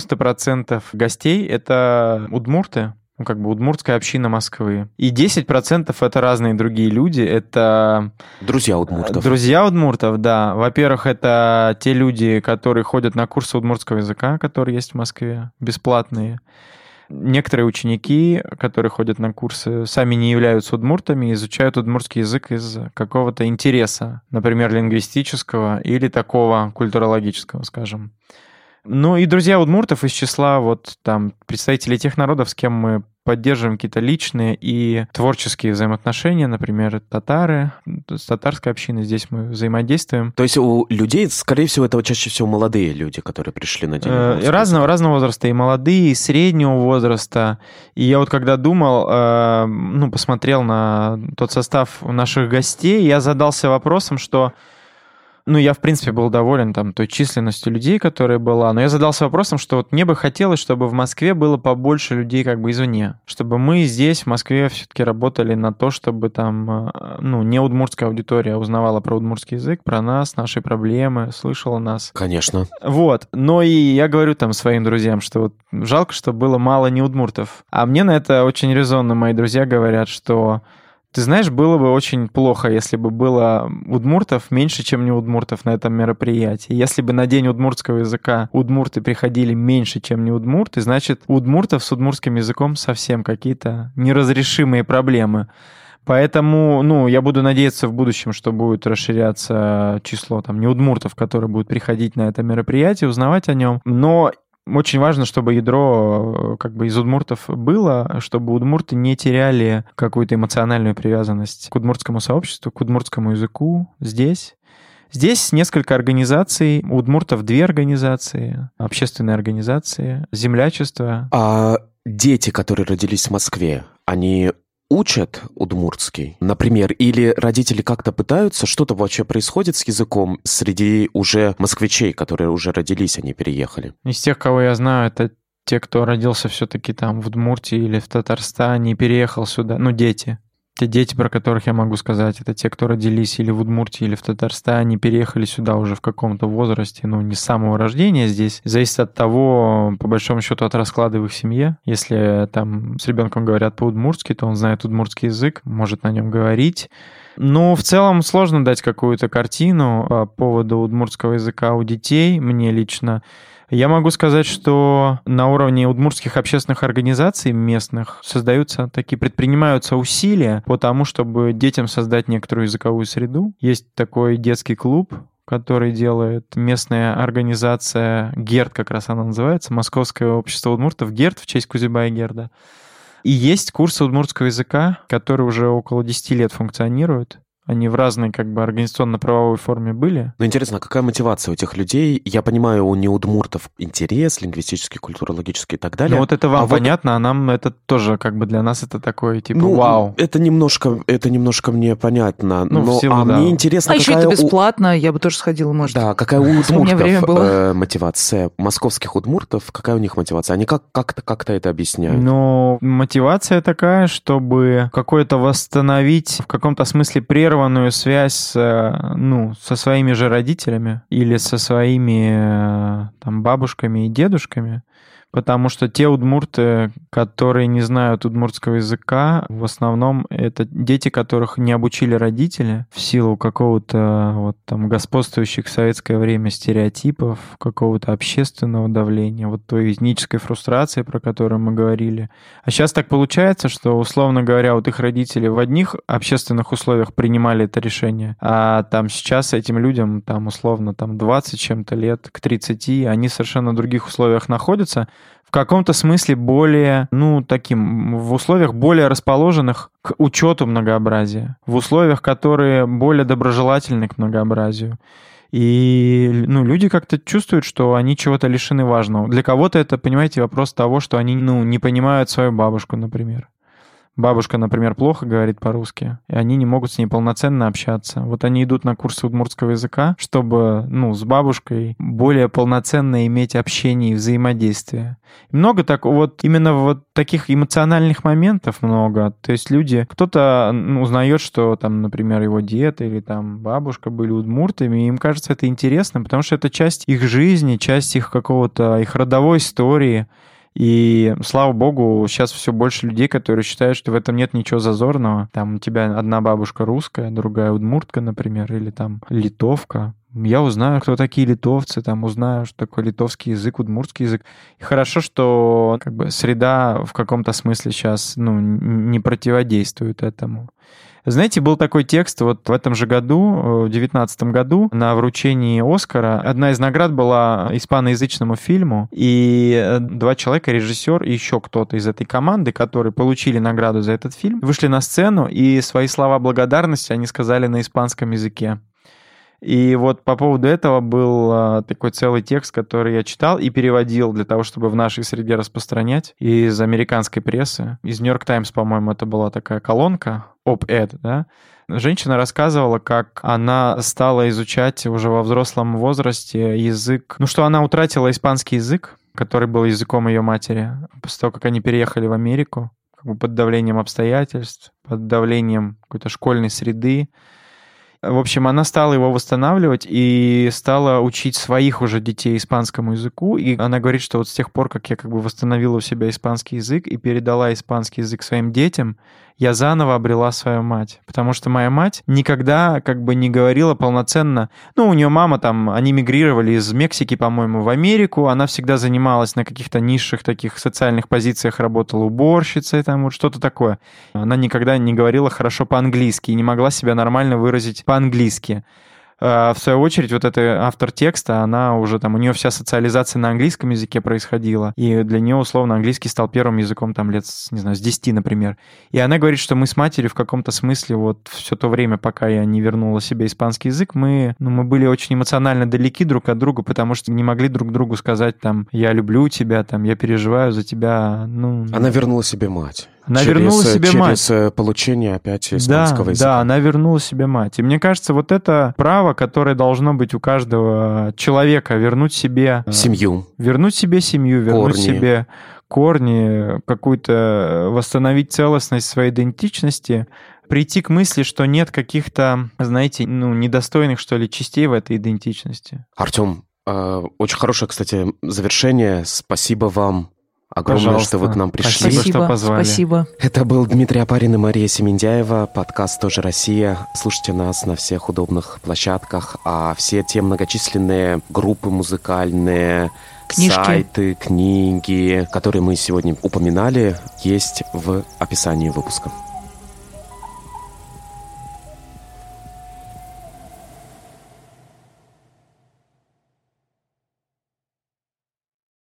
90% гостей — это удмурты, удмуртская община Москвы. И 10% это разные другие люди. Это... Друзья удмуртов. Друзья удмуртов, да. Во-первых, это те люди, которые ходят на курсы удмуртского языка, которые есть в Москве, бесплатные. Некоторые ученики, которые ходят на курсы, сами не являются удмуртами, изучают удмуртский язык из какого-то интереса, например, лингвистического или такого культурологического, скажем. И друзья удмуртов из числа представителей тех народов, с кем мы поддерживаем какие-то личные и творческие взаимоотношения, например, татары, с татарской общиной здесь мы взаимодействуем. То есть у людей, скорее всего, это чаще всего молодые люди, которые пришли на День удмуртского языка. Разного возраста, и молодые, и среднего возраста. И я когда думал, посмотрел на тот состав наших гостей, я задался вопросом, что я, в принципе, был доволен той численностью людей, которая была, но я задался вопросом, что мне бы хотелось, чтобы в Москве было побольше людей извне, чтобы мы здесь, в Москве, все-таки работали на то, чтобы не удмуртская аудитория узнавала про удмуртский язык, про нас, наши проблемы, слышала нас. Конечно. Но и я говорю своим друзьям, что жалко, что было мало неудмуртов. А мне на это очень резонно мои друзья говорят, что... Ты знаешь, было бы очень плохо, если бы было удмуртов меньше, чем неудмуртов на этом мероприятии. Если бы на День удмуртского языка удмурты приходили меньше, чем неудмурты, значит, у удмуртов с удмуртским языком совсем какие-то неразрешимые проблемы. Поэтому, я буду надеяться в будущем, что будет расширяться число неудмуртов, которые будут приходить на это мероприятие, узнавать о нем. Но очень важно, чтобы ядро из удмуртов было, чтобы удмурты не теряли какую-то эмоциональную привязанность к удмуртскому сообществу, к удмуртскому языку здесь. Здесь несколько организаций, у удмуртов 2 организации, общественные организации, землячество. А дети, которые родились в Москве, они учат удмуртский, например, или родители как-то пытаются, что-то вообще происходит с языком среди уже москвичей, которые уже родились, они переехали? Из тех, кого я знаю, это те, кто родился все-таки в Удмуртии или в Татарстане и переехал сюда, дети. Те дети, про которых я могу сказать, это те, кто родились или в Удмуртии, или в Татарстане, переехали сюда уже в каком-то возрасте, не с самого рождения здесь. Зависит от того, по большому счету, от расклада в их семье. Если с ребенком говорят по-удмуртски, то он знает удмуртский язык, может на нем говорить. В целом сложно дать какую-то картину по поводу удмуртского языка у детей, мне лично. Я могу сказать, что на уровне удмуртских общественных организаций местных предпринимаются усилия по тому, чтобы детям создать некоторую языковую среду. Есть такой детский клуб, который делает местная организация ГЕРД, как раз она называется, Московское общество удмуртов, ГЕРД в честь Кузибая Герда. И есть курсы удмуртского языка, которые уже около 10 лет функционируют. Они в разной как бы организационно-правовой форме были. Ну, интересно, а какая мотивация у этих людей? Я понимаю, у неудмуртов интерес лингвистический, культурологический и так далее. Ну, вот это вам понятно, а нам это тоже как бы для нас это такое, типа, вау. Это немножко мне понятно. Ну, в силу, мне интересно, еще это бесплатно, я бы тоже сходила, может. Да, какая у удмуртов мотивация? Московских удмуртов, какая у них мотивация? Они как-то это объясняют? Ну, мотивация такая, чтобы какое-то восстановить в каком-то смысле прерванную связь со своими же родителями или со своими там бабушками и дедушками. Потому что те удмурты, которые не знают удмуртского языка, в основном это дети, которых не обучили родители в силу какого-то вот там господствующих в советское время стереотипов, какого-то общественного давления, вот той этнической фрустрации, про которую мы говорили. А сейчас так получается, что, условно говоря, вот их родители в одних общественных условиях принимали это решение, а там сейчас этим людям там условно там 20 чем-то лет, к 30, они в совершенно других условиях находятся, в каком-то смысле более, в условиях более расположенных к учету многообразия, в условиях, которые более доброжелательны к многообразию. И люди как-то чувствуют, что они чего-то лишены важного. Для кого-то это, понимаете, вопрос того, что они не понимают свою бабушку, например. Бабушка, например, плохо говорит по-русски, и они не могут с ней полноценно общаться. Вот они идут на курсы удмуртского языка, чтобы, с бабушкой более полноценно иметь общение и взаимодействие. И много так вот, именно вот таких эмоциональных моментов много. То есть люди, кто-то узнает, что там, например, его дед или там бабушка были удмуртами, и им кажется это интересно, потому что это часть их жизни, часть их какого-то, их родовой истории. И, слава богу, сейчас все больше людей, которые считают, что в этом нет ничего зазорного. Там у тебя одна бабушка русская, другая удмуртка, например, или там литовка. Я узнаю, кто такие литовцы, там узнаю, что такое литовский язык, удмуртский язык. И хорошо, что как бы среда в каком-то смысле сейчас не противодействует этому. Знаете, был такой текст вот в этом же году, в 2019 году, на вручении Оскара. Одна из наград была испаноязычному фильму, и 2 человека, режиссер и еще кто-то из этой команды, которые получили награду за этот фильм, вышли на сцену, и свои слова благодарности они сказали на испанском языке. И вот по поводу этого был такой целый текст, который я читал и переводил для того, чтобы в нашей среде распространять из американской прессы. Из New York Times, по-моему, это была такая колонка, op-ed, да. Женщина рассказывала, как она стала изучать уже во взрослом возрасте язык, что она утратила испанский язык, который был языком ее матери, после того, как они переехали в Америку, как бы под давлением обстоятельств, под давлением какой-то школьной среды. В общем, она стала его восстанавливать и стала учить своих уже детей испанскому языку. И она говорит, что вот с тех пор, как я как бы восстановила у себя испанский язык и передала испанский язык своим детям, я заново обрела свою мать. Потому что моя мать никогда как бы не говорила полноценно. У нее мама там, они мигрировали из Мексики, по-моему, в Америку. Она всегда занималась на каких-то низших таких социальных позициях, работала уборщицей, там вот что-то такое. Она никогда не говорила хорошо по-английски и не могла себя нормально выразить по-английски. В свою очередь, вот эта автор текста, она уже там, у нее вся социализация на английском языке происходила, и для нее, условно, английский стал первым языком там лет, не знаю, с 10, например. И она говорит, что мы с матерью в каком-то смысле вот все то время, пока я не вернула себе испанский язык, мы были очень эмоционально далеки друг от друга, потому что не могли друг другу сказать там «я люблю тебя», там «я переживаю за тебя». Она вернула себе мать. Она вернула себе мать. Через получение опять испанского языка. Да, она вернула себе мать. И мне кажется, вот это право, которое должно быть у каждого человека, вернуть себе... Семью. Вернуть себе семью, вернуть себе корни, какую-то восстановить целостность своей идентичности, прийти к мысли, что нет каких-то, знаете, недостойных, что ли, частей в этой идентичности. Артем, очень хорошее, кстати, завершение. Спасибо вам огромное, пожалуйста, что вы к нам пришли. Спасибо, что позвали. Спасибо. Это был Дмитрий Опарин и Мария Семендяева, подкаст «Тоже Россия». Слушайте нас на всех удобных площадках, а все те многочисленные группы музыкальные, сайты, книги, которые мы сегодня упоминали, есть в описании выпуска.